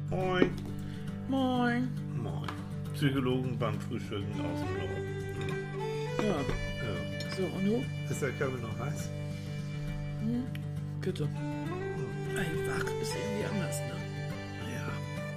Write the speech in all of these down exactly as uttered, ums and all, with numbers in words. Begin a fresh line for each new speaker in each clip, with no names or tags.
Moin.
Moin.
Moin. Psychologen beim Frühstücken aus dem Norden.
Ja.
Ja.
So, und du?
Ist der Körper noch heiß?
Hm? Bitte.
Hm.
Ein Wach ist irgendwie anders, ne?
Ja.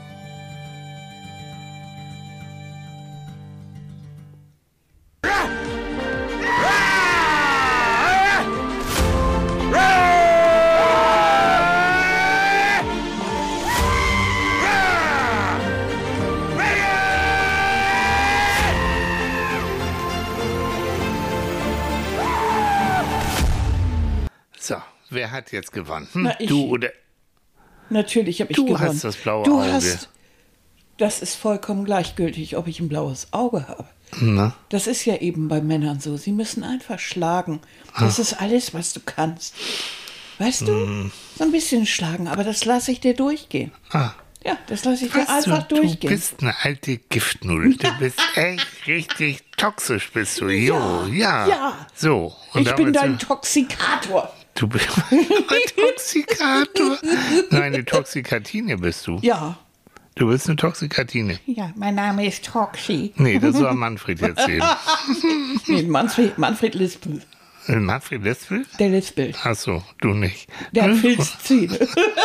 So, wer hat jetzt gewonnen? Hm,
Na, ich.
du oder
Natürlich habe ich
du
gewonnen.
hast das blaue
du
Auge.
Hast, das ist vollkommen gleichgültig, ob ich ein blaues Auge habe.
Na?
Das ist ja eben bei Männern so. Sie müssen einfach schlagen. Das
Ah.
ist alles, was du kannst. Weißt du?
Hm.
So ein bisschen schlagen, aber das lasse ich dir durchgehen.
Ah.
Ja, das lasse ich dir
Weißt
einfach
du,
durchgehen.
du bist eine alte Giftnudel. Du bist echt richtig toxisch, bist du. Jo, ja.
ja.
So. Und
Ich bin
damit
dein
so-
Toxikator.
Du bist ein Toxikator. Nein, eine Toxikatine bist du.
Ja.
Du bist eine Toxikatine.
Ja, mein Name ist Toxi.
Nee, das soll Manfred erzählen.
Nee, Manfred, Manfred Lispel.
Manfred Lispel?
Der Lispel.
Ach so, du nicht.
Der hat Filzzähne.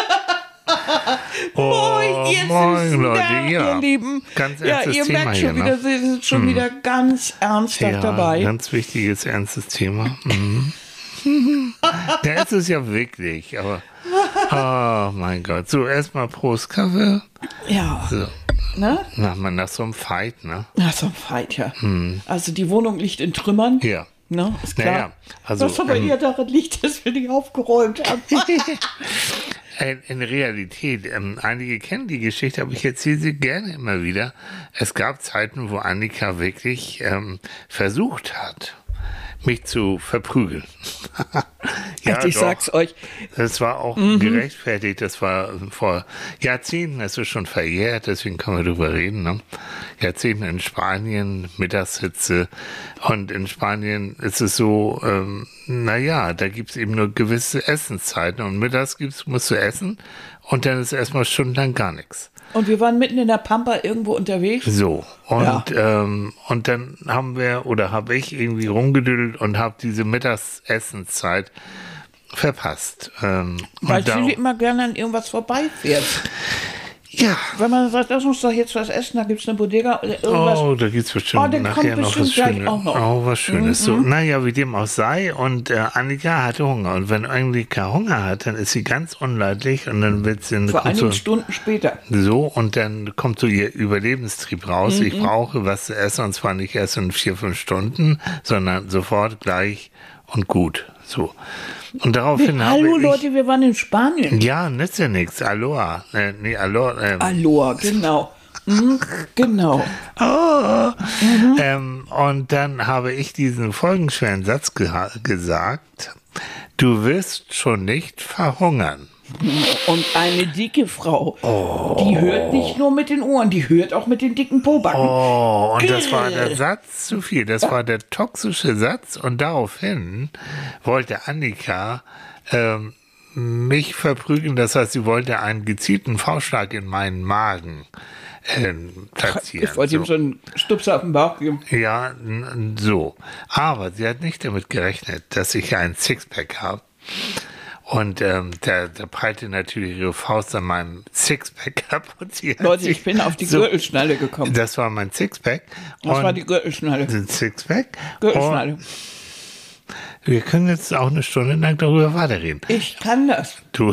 Oh,
Moin, ihr
moin,
Süßen,
Leute,
ja,
ja.
ihr Lieben.
Ganz
ja,
ernstes
ihr
Thema
merkt
hier,
schon
ne?
wieder, Sie sind schon wieder ganz ernsthaft
Ja,
dabei.
ganz wichtiges, ernstes Thema. Mhm. Der ist es ja wirklich, aber oh mein Gott. So, erstmal Prost Kaffee.
Ja,
So,
ne?
nach, nach so einem Fight, ne?
Na, so ein Fight, ja. Also die Wohnung liegt in Trümmern.
Ja.
Ne, ist klar.
Naja, also,
Was aber
ähm,
eher daran liegt, dass wir die aufgeräumt haben.
In, in Realität, ähm, einige kennen die Geschichte, aber ich erzähle sie gerne immer wieder. Es gab Zeiten, wo Annika wirklich ähm, versucht hat, mich zu verprügeln. Ja,
ich
doch.
sag's euch.
Das war auch
Mhm.
gerechtfertigt. Das war vor Jahrzehnten, das ist schon verjährt, deswegen können wir drüber reden. Ne? Jahrzehnten in Spanien, Mittagshitze. Und in Spanien ist es so, ähm, naja, da gibt's eben nur gewisse Essenszeiten. Und mittags gibt's, musst du essen und dann ist erstmal stundenlang gar nichts.
Und wir waren mitten in der Pampa irgendwo unterwegs.
So, und,
Ja.
ähm, und dann haben wir, oder habe ich irgendwie rumgedüdelt und habe diese Mittagsessenszeit verpasst. Ähm,
Weil
und da-
Julie immer gerne an irgendwas vorbeifährt.
ja,
Wenn man sagt, lass uns doch jetzt was essen, da gibt's eine Bodega oder irgendwas.
oh, da gibt's bestimmt
Oh, dann
nachher
kommt
noch was
bestimmt gleich
Schönes.
auch noch.
Oh, was Schönes. So, naja, wie dem auch sei. Und äh, Annika hatte Hunger. Und wenn Annika Hunger hat, dann ist sie ganz unleidlich und dann wird sie
Vor
kommt
einigen
so,
Stunden später.
so und dann kommt so ihr Überlebenstrieb raus.
Mhm.
Ich brauche was zu essen und zwar nicht erst in vier, fünf Stunden, sondern sofort gleich und gut. So. Und daraufhin habe
Hallo
ich,
Leute, wir waren in Spanien.
ja, nützt ja nichts. Aloha. Äh, nee, Aloha. Ähm,
Aloha, genau. Mhm, genau.
Oh. Ähm, und dann habe ich diesen folgenschweren Satz geha- gesagt. Du wirst schon nicht verhungern.
Und eine dicke Frau, die hört nicht nur mit den Ohren, die hört auch mit den dicken Pobacken.
Oh, und das war
Grrr.
der Satz zu viel. Das war der toxische Satz. Und daraufhin wollte Annika ähm, mich verprügeln. Das heißt, sie wollte einen gezielten Faustschlag in meinen Magen ähm, platzieren.
Ich wollte ihm
So.
so einen Stupser auf den Bauch geben.
Ja, n- so. Aber sie hat nicht damit gerechnet, dass ich ein Sixpack habe. Und ähm, der, der prallte natürlich ihre Faust an meinem Sixpack ab. Und sie hat
Leute,
sich
ich bin auf die
so,
Gürtelschnalle gekommen.
Das war mein Sixpack.
Das
und
war die Gürtelschnalle.
ein Sixpack.
Gürtelschnalle.
Und wir können jetzt auch eine Stunde lang darüber weiterreden.
Ich kann das.
Du.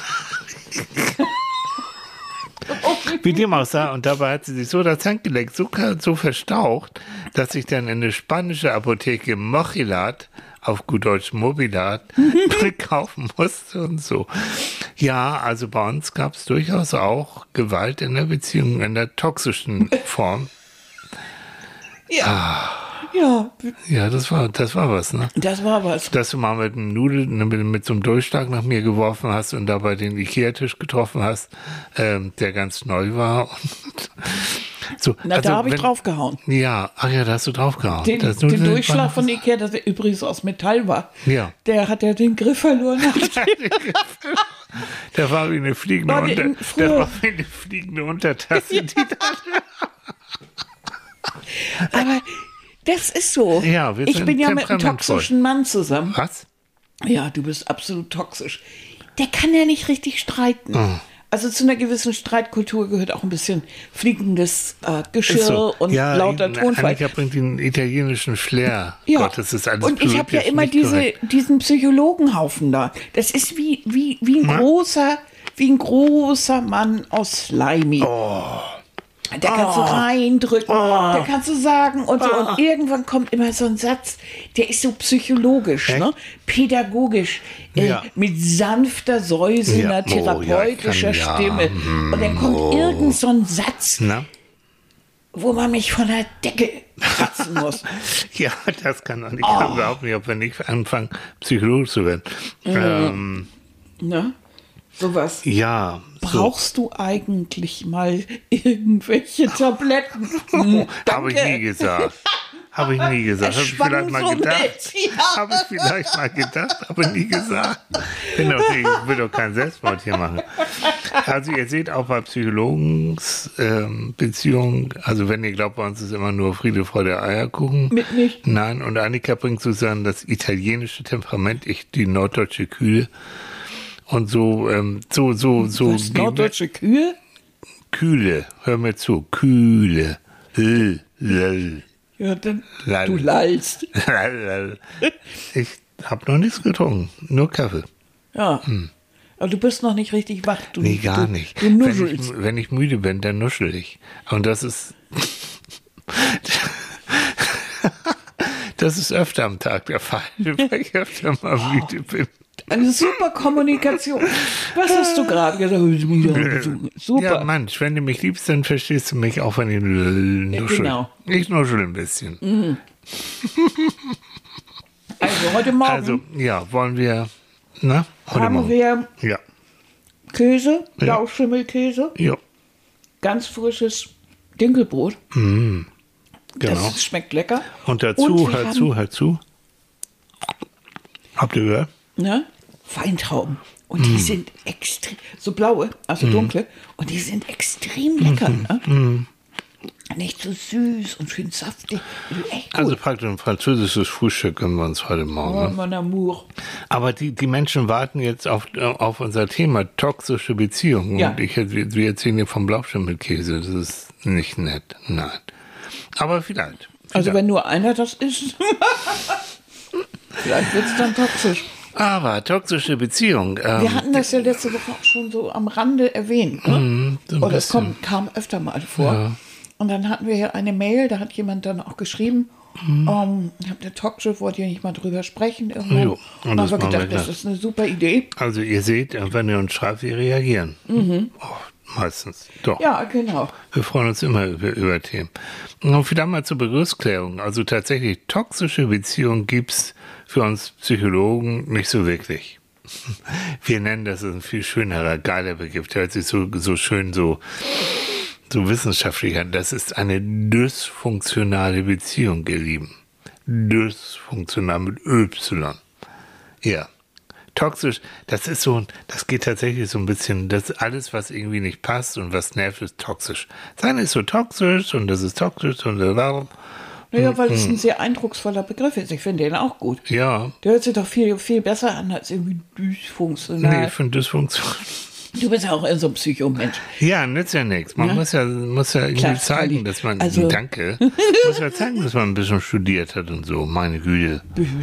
Wie dem auch sei, und dabei hat sie sich so das Handgelenk so, so verstaucht, dass ich dann in eine spanische Apotheke Mochilat, auf gut Deutsch Mobilat, kaufen musste und so. Ja, also bei uns gab es durchaus auch Gewalt in der Beziehung in der toxischen Form.
Ja. Ja,
Ja, das war, das war was, ne?
das war was.
Dass du mal mit einem Nudel, mit, mit so einem Durchschlag nach mir geworfen hast und dabei den Ikea-Tisch getroffen hast, ähm, der ganz neu war. Und So,
Na,
also
da habe ich
wenn-
draufgehauen.
Ja, ach ja, da hast du draufgehauen.
Den,
Das ist nur
den
eine-
Durchschlag von Ikea, das übrigens aus Metall war,
Ja.
der hat ja den Griff verloren.
Der war wie eine fliegende,
War der
Unter
in-
der
früher-
war wie eine fliegende Untertasse. Die
Aber das ist so.
Ja, wir
ich
sind
bin ja mit einem
temperamentvoll.
toxischen Mann zusammen.
Was?
Ja, du bist absolut toxisch. Der kann ja nicht richtig streiten.
Oh.
Also zu einer gewissen Streitkultur gehört auch ein bisschen fliegendes äh, Geschirr
Ist so.
und
ja,
lauter Tonfall.
Annika bringt den italienischen Flair.
Ja.
Gott, das ist alles
und ich habe ja
politisch
immer
nicht
diese,
korrekt.
diesen Psychologenhaufen da. Das ist wie, wie, wie ein großer, wie ein großer Mann aus Slimy.
Oh.
Da kannst du reindrücken, da kannst du sagen und so. Und irgendwann kommt immer so ein Satz, der ist so psychologisch,
Echt?
ne? Pädagogisch, äh,
Ja.
mit sanfter, säuselnder,
Ja. Oh, ja,
therapeutischer
ich kann-
Stimme.
ja.
Und dann kommt irgend so ein Satz,
Na?
wo man mich von der Decke kratzen muss.
Ja, das kann Annika
Oh.
überhaupt nicht, ob wir nicht anfangen, Psychologe zu werden. Ähm,
Ne? Sowas.
ja. So.
Brauchst du eigentlich mal irgendwelche Tabletten? Hm,
Habe ich nie gesagt. Habe ich nie gesagt.
Es
Habe ich
schwang
vielleicht mal
so
gedacht.
mit, ja.
Habe ich vielleicht mal gedacht, aber nie gesagt. Bin doch, nicht- ich will doch keinen Selbstmord hier machen. Also ihr seht auch bei Psychologenbeziehungen, ähm, also wenn ihr glaubt, bei uns ist immer nur Friede, Freude, Eierkuchen.
Mit nicht.
Nein, und Annika bringt sozusagen das italienische Temperament, ich die norddeutsche Kühle. Und so, ähm, so, so, so.
Was, norddeutsche Kühe?
Kühle, hör mir zu, Kühle. L, l.
Ja, dann,
Lall.
du lallst.
Ich habe noch nichts getrunken, nur Kaffee.
Ja. Aber du bist noch nicht richtig wach. Du,
Hm. Nee, gar
du,
nicht.
Du
wenn,
nuschelst.
ich, wenn ich müde bin, dann nuschel ich. Und das ist. Das ist öfter am Tag der Fall, weil ich öfter mal müde bin.
Eine super Kommunikation. Was hast du gerade gesagt? Super.
Ja, Mensch, wenn du mich liebst, dann verstehst du mich auch, wenn ich nuschel.
genau.
Ich nuschel ein bisschen.
Also heute Morgen
Also, ja, wollen wir. Na, heute
haben
Morgen.
wir
Ja,
Käse, Blauschimmelkäse,
ja,
ganz frisches Dinkelbrot.
genau.
Das schmeckt lecker.
Und dazu,
Und wir
hör
haben-
zu, hör zu. Habt ihr gehört?
Ne? Weintrauben. Und
Mm.
die sind extrem, so blaue, also dunkle, und die sind extrem lecker. Ne? Nicht so süß und schön saftig. Echt gut.
Also praktisch ein französisches Frühstück können wir uns heute Morgen.
Oh,
Ne?
mon amour.
Aber die, die Menschen warten jetzt auf, auf unser Thema toxische Beziehungen.
Ja.
Und ich, wir wir erzählen hier vom Blauschimmelkäse. Das ist nicht nett. Nein. Aber vielleicht.
Also
vielleicht.
wenn nur einer das isst, vielleicht wird es dann toxisch.
Aber toxische Beziehung. Ähm,
Wir hatten das ja letzte Woche auch schon so am Rande erwähnt. Ne?
so ein
Oder es
bisschen.
kommt, kam öfter mal vor. Und dann hatten wir hier eine Mail, da hat jemand dann auch geschrieben, ähm, ich habe eine Talkshow, wollt ihr nicht mal drüber sprechen? Irgendwo.
Jo, und
und
das
dann haben wir
machen wir
gedacht, das
gleich.
ist eine super Idee.
Also ihr seht, wenn ihr uns schreibt, wir reagieren. Oh, meistens. Doch.
Ja, genau.
Wir freuen uns immer über, über Themen. Und vielleicht mal zur Begriffsklärung. Also tatsächlich, toxische Beziehungen gibt es für uns Psychologen nicht so wirklich. Wir nennen das ein viel schönerer, geiler Begriff. Der hört sich so, so schön, so, so wissenschaftlich an. Das ist eine dysfunktionale Beziehung, ihr Lieben. Dysfunktional mit Y. Ja. Toxisch, das ist so, das geht tatsächlich so ein bisschen, das alles, was irgendwie nicht passt und was nervt, ist toxisch. Sein ist so toxisch und das ist toxisch und da.
Naja, weil es ein sehr eindrucksvoller Begriff ist. Ich finde den auch gut.
Ja.
Der hört sich doch viel, viel besser an als irgendwie dysfunktional.
Nee, ich finde Dysfunktion.
Du bist ja auch so ein Psychomensch.
Ja, nützt ja nichts. Man
Ja.
muss ja, muss ja irgendwie
Klar,
zeigen,
freilich.
dass man,
Also-
danke, muss ja zeigen, dass man ein bisschen studiert hat und so, meine Güte.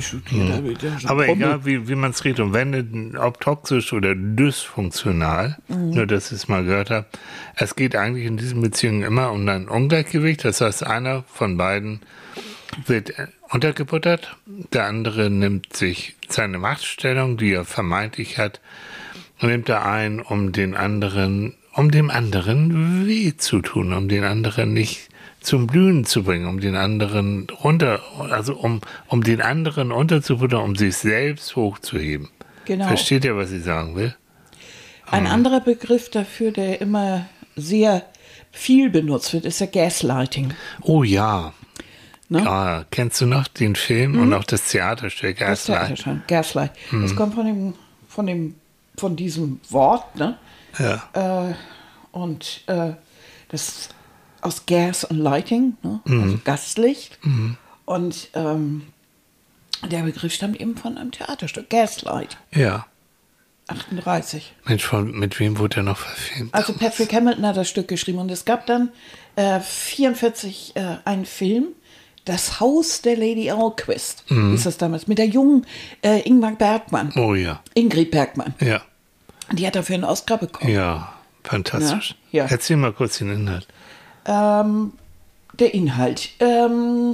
Aber egal, wie, wie man es redet und wendet, ob toxisch oder dysfunktional, nur dass ich es mal gehört habe, es geht eigentlich in diesen Beziehungen immer um ein Ungleichgewicht. Das heißt, einer von beiden wird untergebuttert, der andere nimmt sich seine Machtstellung, die er vermeintlich hat, nimmt er ein, um den anderen, um dem anderen weh zu tun, um den anderen nicht zum Blühen zu bringen, um den anderen runter, also um, um den anderen unterzubuttern, um sich selbst hochzuheben.
Genau.
Versteht ihr, was ich sagen will?
Ein anderer Begriff dafür, der immer sehr viel benutzt wird, ist ja Gaslighting.
Oh ja.
Ne?
Ja, kennst du noch den Film und auch das Theaterstück
Das
Gaslight?
Theaterstück, Gaslight. Das kommt von dem, von dem, von diesem Wort, ne?
Ja.
Äh, und äh, das aus Gas und Lighting, ne? Also Gaslicht. Und ähm, der Begriff stammt eben von einem Theaterstück, Gaslight,
Ja.
achtunddreißig.
Mensch, von, mit wem wurde er noch verfilmt?
Also Patrick Hamilton hat das Stück geschrieben und es gab dann äh, vierundvierzig äh, einen Film, Das Haus der Lady Alquist, hieß das damals, mit der jungen äh, Ingmar Bergmann,
Oh ja.
Ingrid Bergmann.
Ja.
Die hat dafür einen Oscar bekommen.
Ja. Fantastisch.
Ja, ja.
Erzähl mal kurz den Inhalt.
Ähm, der Inhalt. Ähm,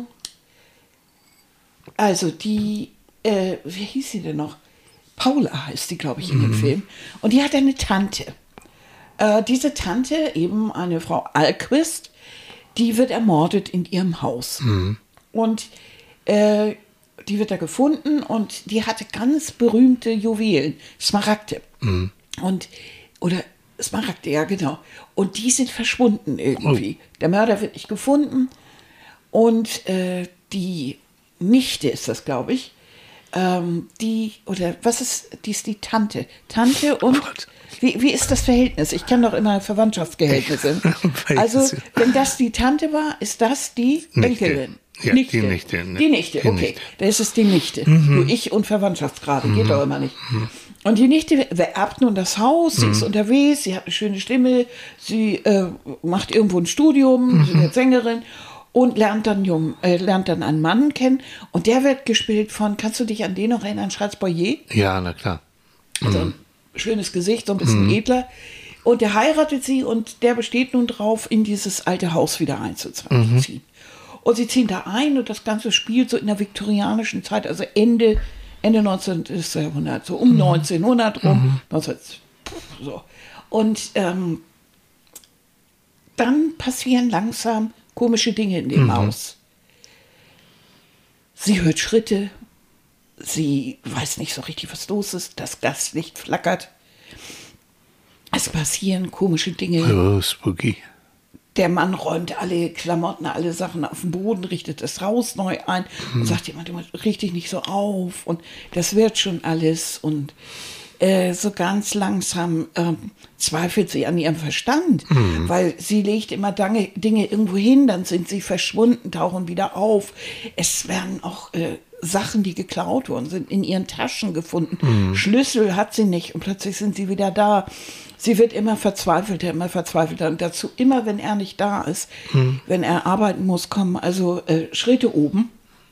also die, äh, wie hieß sie denn noch? Paula heißt die, glaube ich, in dem Film. Und die hat eine Tante. Äh, diese Tante, eben eine Frau Alquist, die wird ermordet in ihrem Haus. Und äh, die wird da gefunden und die hatte ganz berühmte Juwelen, Smaragde. Und, oder Smaragde, ja genau. Und die sind verschwunden irgendwie. Oh. Der Mörder wird nicht gefunden. Und äh, die Nichte ist das, glaube ich. Ähm, die, oder was ist, die ist die Tante. Tante und, wie, wie ist das Verhältnis? Ich kenne doch immer Verwandtschaftsverhältnisse. Also, wenn das die Tante war, ist das die Enkelin.
Ja, Nichte. Die Nichte. Ne?
Die Nichte,
die
okay.
Nichte.
Da ist es die Nichte. Mhm. Nur ich und Verwandtschaftsgrade, mhm. geht doch immer nicht. Mhm. Und die Nichte erbt nun das Haus, sie mhm. ist unterwegs, sie hat eine schöne Stimme, sie äh, macht irgendwo ein Studium, mhm. sie wird Sängerin und lernt dann, jung, äh, lernt dann einen Mann kennen. Und der wird gespielt von, kannst du dich an den noch erinnern, Charles Boyer?
Ja, na klar. Mhm.
Also ein schönes Gesicht, so ein bisschen mhm. edler. Und der heiratet sie und der besteht nun drauf, in dieses alte Haus wieder einzuziehen. Mhm. Und sie ziehen da ein und das Ganze spielt so in der viktorianischen Zeit, also Ende, Ende neunzehnten. Jahrhundert, so um mhm. neunzehnhundert rum. Mhm. neunzehn, so. Und ähm, dann passieren langsam komische Dinge in dem mhm. Haus. Sie hört Schritte, sie weiß nicht so richtig, was los ist, das Gaslicht flackert. Es passieren komische Dinge.
Oh, spooky.
Der Mann räumt alle Klamotten, alle Sachen auf den Boden, richtet das Haus neu ein mhm. und sagt jemand, richte dich nicht so auf und das wird schon alles. Und äh, so ganz langsam äh, zweifelt sie an ihrem Verstand, mhm. weil sie legt immer Dinge, Dinge irgendwo hin, dann sind sie verschwunden, tauchen wieder auf. Es werden auch äh, Sachen, die geklaut worden sind, in ihren Taschen gefunden. Mhm. Schlüssel hat sie nicht und plötzlich sind sie wieder da. Sie wird immer verzweifelter, immer verzweifelter. Und dazu, immer wenn er nicht da ist, mhm. wenn er arbeiten muss, kommen also äh, Schritte oben,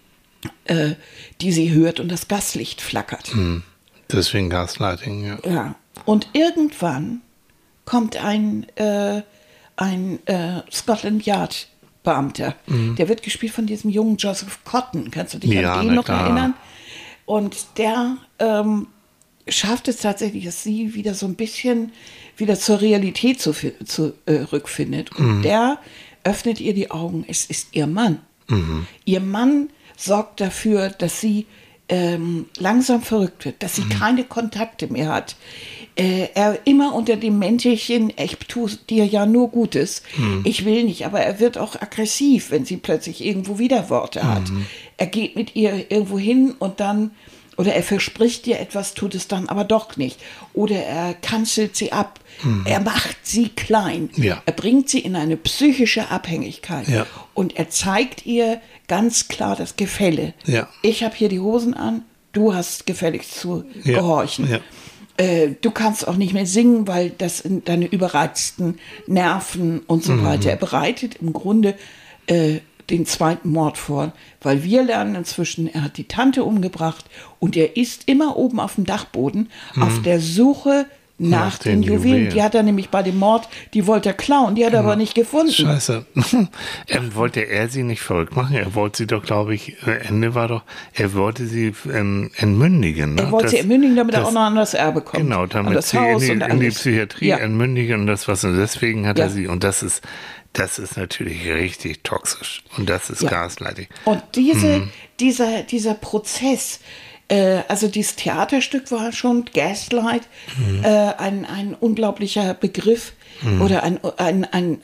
äh, die sie hört und das Gaslicht flackert.
Mhm. Deswegen Gaslighting, ja.
Ja. Und irgendwann kommt ein, äh, ein äh, Scotland Yard Beamter. Mhm. Der wird gespielt von diesem jungen Joseph Cotton. Kannst du dich ja, an den noch klar. erinnern? Und der ähm, schafft es tatsächlich, dass sie wieder so ein bisschen wieder zur Realität zurückfindet. Zu, äh, Und mhm. der öffnet ihr die Augen. Es ist ihr Mann. Mhm. Ihr Mann sorgt dafür, dass sie ähm, langsam verrückt wird, dass sie mhm. keine Kontakte mehr hat. Äh, er immer unter dem Mäntelchen, ich tue dir ja nur Gutes, mhm. ich will nicht, aber er wird auch aggressiv, wenn sie plötzlich irgendwo Widerworte mhm. hat. Er geht mit ihr irgendwo hin und dann, oder er verspricht ihr etwas, tut es dann aber doch nicht. Oder er kanzelt sie ab, mhm. er macht sie klein,
ja.
er bringt sie in eine psychische Abhängigkeit
ja.
und er zeigt ihr ganz klar das Gefälle.
Ja.
Ich habe hier die Hosen an, du hast gefälligst zu
ja.
gehorchen.
Ja.
Du kannst auch nicht mehr singen, weil das sind deine überreizten Nerven und so mhm. weiter. Er bereitet im Grunde äh, den zweiten Mord vor, weil wir lernen inzwischen, er hat die Tante umgebracht und er ist immer oben auf dem Dachboden mhm. auf der Suche nach, nach den, den Juwelen. Juwelen. Die hat er nämlich bei dem Mord, die wollte er klauen, die hat er mhm. aber nicht gefunden.
Scheiße. ähm, wollte er sie nicht verrückt machen? Er wollte sie doch, glaube ich, Ende war doch, er wollte sie ähm, entmündigen. Ne?
Er wollte
das,
sie entmündigen, damit das, er auch noch an das Erbe kommt.
Genau, damit sie in die, in die Psychiatrie ja. entmündigen und das was. Und deswegen hat ja. er sie, und das ist, das ist natürlich richtig toxisch. Und das ist ja. Gaslighting.
Und diese, mhm. dieser, dieser Prozess, also dieses Theaterstück war schon, Gaslight, mhm. äh, ein, ein unglaublicher Begriff mhm. oder ein, ein, ein, ein,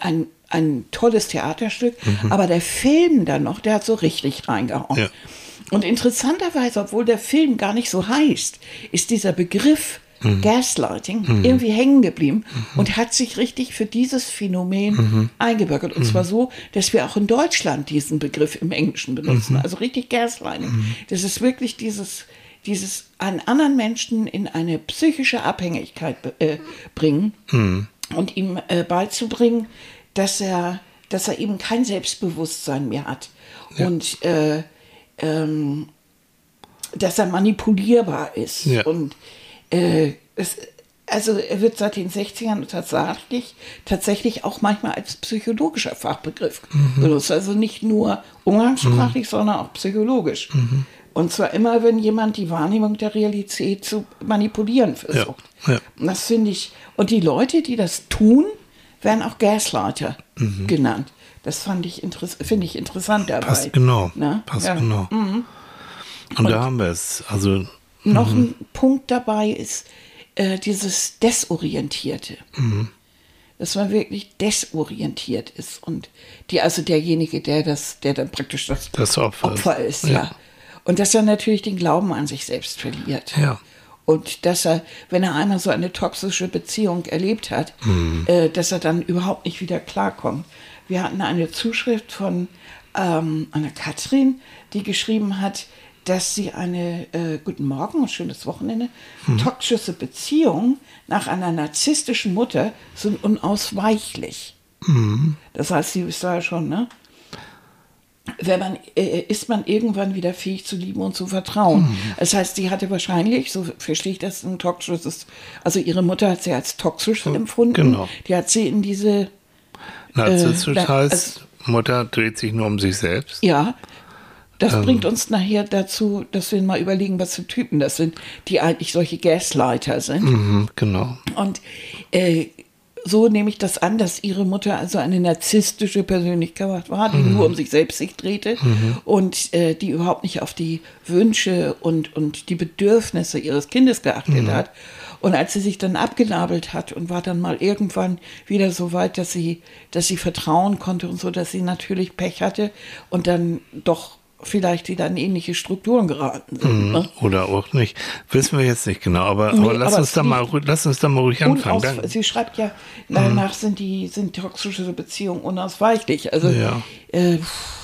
ein tolles Theaterstück, mhm. aber der Film dann noch, der hat so richtig reingehauen. Ja. Und interessanterweise, obwohl der Film gar nicht so heißt, ist dieser Begriff mhm. Gaslighting mhm. irgendwie hängen geblieben mhm. und hat sich richtig für dieses Phänomen mhm. eingebürgert. Und mhm. zwar so, dass wir auch in Deutschland diesen Begriff im Englischen benutzen. Mhm. Also richtig Gaslighting. Mhm. Das ist wirklich dieses, dieses einen anderen Menschen in eine psychische Abhängigkeit äh, bringen mhm. und ihm äh, beizubringen, dass er, dass er eben kein Selbstbewusstsein mehr hat. Ja. Und äh, ähm, dass er manipulierbar ist. Ja. Und äh, es, also er wird seit den sechzigern tatsächlich, tatsächlich auch manchmal als psychologischer Fachbegriff mhm. benutzt. Also nicht nur umgangssprachlich, mhm. sondern auch psychologisch. Mhm. Und zwar immer, wenn jemand die Wahrnehmung der Realität zu manipulieren versucht. Ja. Ja. Und das finde ich, und die Leute, die das tun, werden auch Gaslighter mhm. genannt. Das fand ich finde ich interessant dabei.
Passt genau. Na? Passt ja. genau. Mhm. Und, Und da haben wir es. Also,
noch mhm. ein Punkt dabei ist äh, dieses Desorientierte. Mhm. Dass man wirklich desorientiert ist. Und die, also derjenige, der das, der dann praktisch das,
das Opfer,
Opfer ist. ist ja. ja. Und dass er natürlich den Glauben an sich selbst verliert.
Ja.
Und dass er, wenn er einmal so eine toxische Beziehung erlebt hat, mhm. äh, dass er dann überhaupt nicht wieder klarkommt. Wir hatten eine Zuschrift von ähm, einer Katrin, die geschrieben hat, dass sie eine, äh, guten Morgen, ein schönes Wochenende, mhm. toxische Beziehungen nach einer narzisstischen Mutter sind unausweichlich. Mhm. Das heißt, sie ist da ja schon, ne? Wenn man, äh, ist man irgendwann wieder fähig zu lieben und zu vertrauen. Mhm. Das heißt, sie hatte wahrscheinlich, so verstehe ich das, ein toxisches, also ihre Mutter hat sie als toxisch so, empfunden. Genau. Die hat sie in diese...
Narzisstisch äh, heißt, also, Mutter dreht sich nur um sich selbst.
Ja, das ähm. bringt uns nachher dazu, dass wir mal überlegen, was für Typen das sind, die eigentlich solche Gaslighter sind.
Mhm, genau.
Und äh, so nehme ich das an, dass ihre Mutter also eine narzisstische Persönlichkeit war, die mhm. nur um sich selbst sich drehte mhm. und äh, die überhaupt nicht auf die Wünsche und, und die Bedürfnisse ihres Kindes geachtet mhm. hat. Und als sie sich dann abgenabelt hat und war dann mal irgendwann wieder so weit, dass sie, dass sie vertrauen konnte und so, dass sie natürlich Pech hatte und dann doch vielleicht wieder in ähnliche Strukturen geraten sind.
Mm, ne? Oder auch nicht. Wissen wir jetzt nicht genau, aber, nee, aber, lass, aber uns da mal, lass uns da mal ruhig anfangen.
Aus, sie schreibt ja, danach mm. sind die sind toxische Beziehungen unausweichlich. Also,
ja. äh,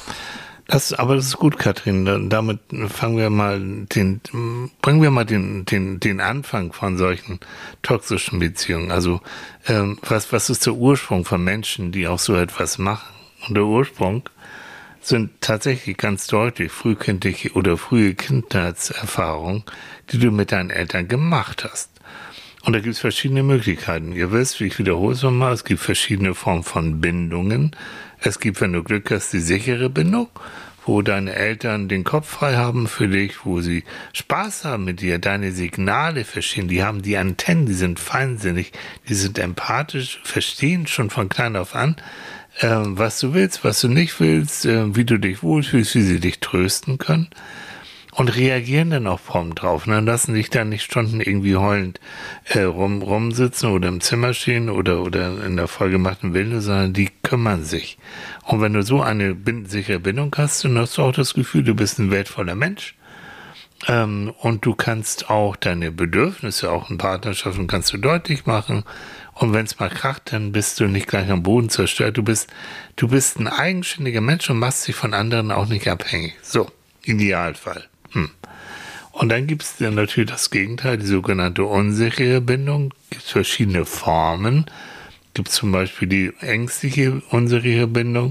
Das, aber das ist gut, Katrin. Damit fangen wir mal den, bringen wir mal den, den, den Anfang von solchen toxischen Beziehungen. Also, ähm, was, was ist der Ursprung von Menschen, die auch so etwas machen? Und der Ursprung sind tatsächlich ganz deutlich frühkindliche oder frühe Kindheitserfahrungen, die du mit deinen Eltern gemacht hast. Und da gibt es verschiedene Möglichkeiten. Ihr wisst, ich wiederhole es nochmal, es gibt verschiedene Formen von Bindungen. Es gibt, wenn du Glück hast, die sichere Bindung, wo deine Eltern den Kopf frei haben für dich, wo sie Spaß haben mit dir, deine Signale verstehen, die haben die Antennen, die sind feinsinnig, die sind empathisch, verstehen schon von klein auf an, äh, was du willst, was du nicht willst, äh, wie du dich wohlfühlst, wie sie dich trösten können. Und reagieren dann auch prompt drauf. Ne? Lassen sich dann nicht Stunden irgendwie heulend äh, rum, rumsitzen oder im Zimmer stehen oder, oder in der vollgemachten Wilde, sondern die kümmern sich. Und wenn du so eine bind- sichere Bindung hast, dann hast du auch das Gefühl, du bist ein wertvoller Mensch. Ähm, und du kannst auch deine Bedürfnisse, auch in Partnerschaften, kannst du deutlich machen. Und wenn es mal kracht, dann bist du nicht gleich am Boden zerstört. Du bist, du bist ein eigenständiger Mensch und machst dich von anderen auch nicht abhängig. So, Idealfall. Hm. Und dann gibt es dann natürlich das Gegenteil, die sogenannte unsichere Bindung. Gibt es verschiedene Formen. Gibt es zum Beispiel die ängstliche, unsichere Bindung.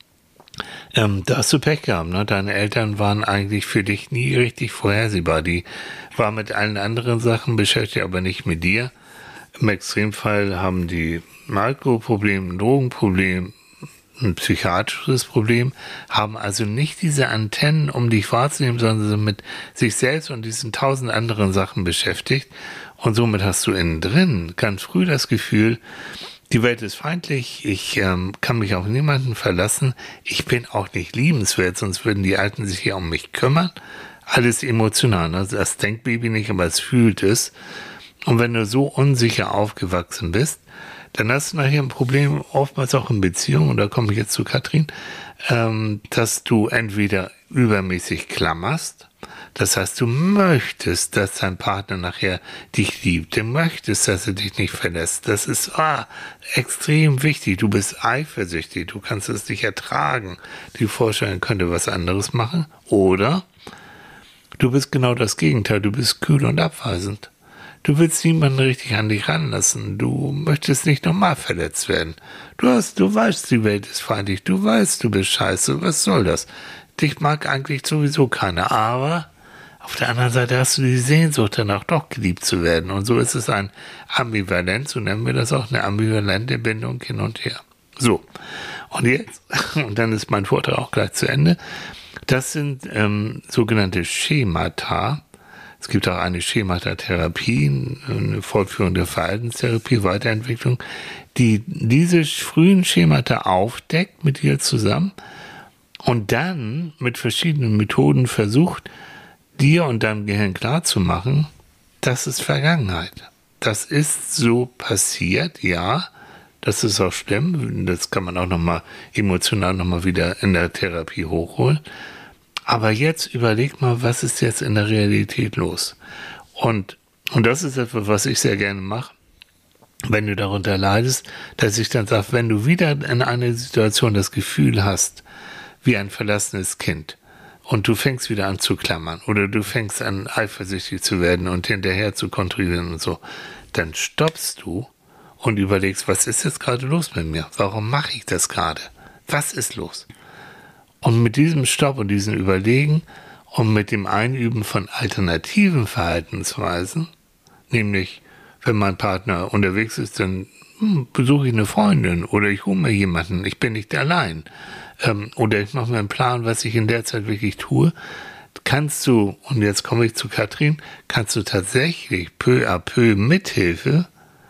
Ähm, da hast du Pech gehabt. Ne? Deine Eltern waren eigentlich für dich nie richtig vorhersehbar. Die waren mit allen anderen Sachen beschäftigt, aber nicht mit dir. Im Extremfall haben die ein Alkoholproblem, ein Drogenproblem, ein psychiatrisches Problem, haben also nicht diese Antennen, um dich wahrzunehmen, sondern sind mit sich selbst und diesen tausend anderen Sachen beschäftigt. Und somit hast du innen drin ganz früh das Gefühl, die Welt ist feindlich, ich ähm, kann mich auf niemanden verlassen, ich bin auch nicht liebenswert, sonst würden die Alten sich ja um mich kümmern. Alles emotional, also das denkt Baby nicht, aber es fühlt es. Und wenn du so unsicher aufgewachsen bist, dann hast du nachher ein Problem, oftmals auch in Beziehungen, und da komme ich jetzt zu Katrin, ähm, dass du entweder übermäßig klammerst, das heißt, du möchtest, dass dein Partner nachher dich liebt, du möchtest, dass er dich nicht verlässt, das ist ah, extrem wichtig, du bist eifersüchtig, du kannst es nicht ertragen, die Vorstellung könnte was anderes machen, oder du bist genau das Gegenteil, du bist kühl und abweisend. Du willst niemanden richtig an dich ranlassen. Du möchtest nicht nochmal verletzt werden. Du hast, du weißt, die Welt ist feindlich. Du weißt, du bist scheiße. Was soll das? Dich mag eigentlich sowieso keiner. Aber auf der anderen Seite hast du die Sehnsucht danach, doch geliebt zu werden. Und so ist es ein Ambivalenz, so nennen wir das auch, eine ambivalente Bindung hin und her. So. Und jetzt, und dann ist mein Vortrag auch gleich zu Ende. Das sind ähm, sogenannte Schemata. Es gibt auch eine Schemata-Therapie, eine fortführende Verhaltenstherapie, Weiterentwicklung, die diese frühen Schemata aufdeckt mit dir zusammen und dann mit verschiedenen Methoden versucht, dir und deinem Gehirn klarzumachen, das ist Vergangenheit. Das ist so passiert, ja, das ist auch schlimm, das kann man auch nochmal emotional nochmal wieder in der Therapie hochholen. Aber jetzt überleg mal, was ist jetzt in der Realität los? Und, und das ist etwas, was ich sehr gerne mache, wenn du darunter leidest, dass ich dann sage, wenn du wieder in einer Situation das Gefühl hast, wie ein verlassenes Kind, und du fängst wieder an zu klammern oder du fängst an eifersüchtig zu werden und hinterher zu kontrollieren und so, dann stoppst du und überlegst, was ist jetzt gerade los mit mir? Warum mache ich das gerade? Was ist los? Und mit diesem Stopp und diesem Überlegen und mit dem Einüben von alternativen Verhaltensweisen, nämlich wenn mein Partner unterwegs ist, dann hm, besuche ich eine Freundin oder ich hole mir jemanden, ich bin nicht allein. Ähm, oder ich mache mir einen Plan, was ich in der Zeit wirklich tue. Kannst du, und jetzt komme ich zu Katrin, kannst du tatsächlich peu à peu mithilfe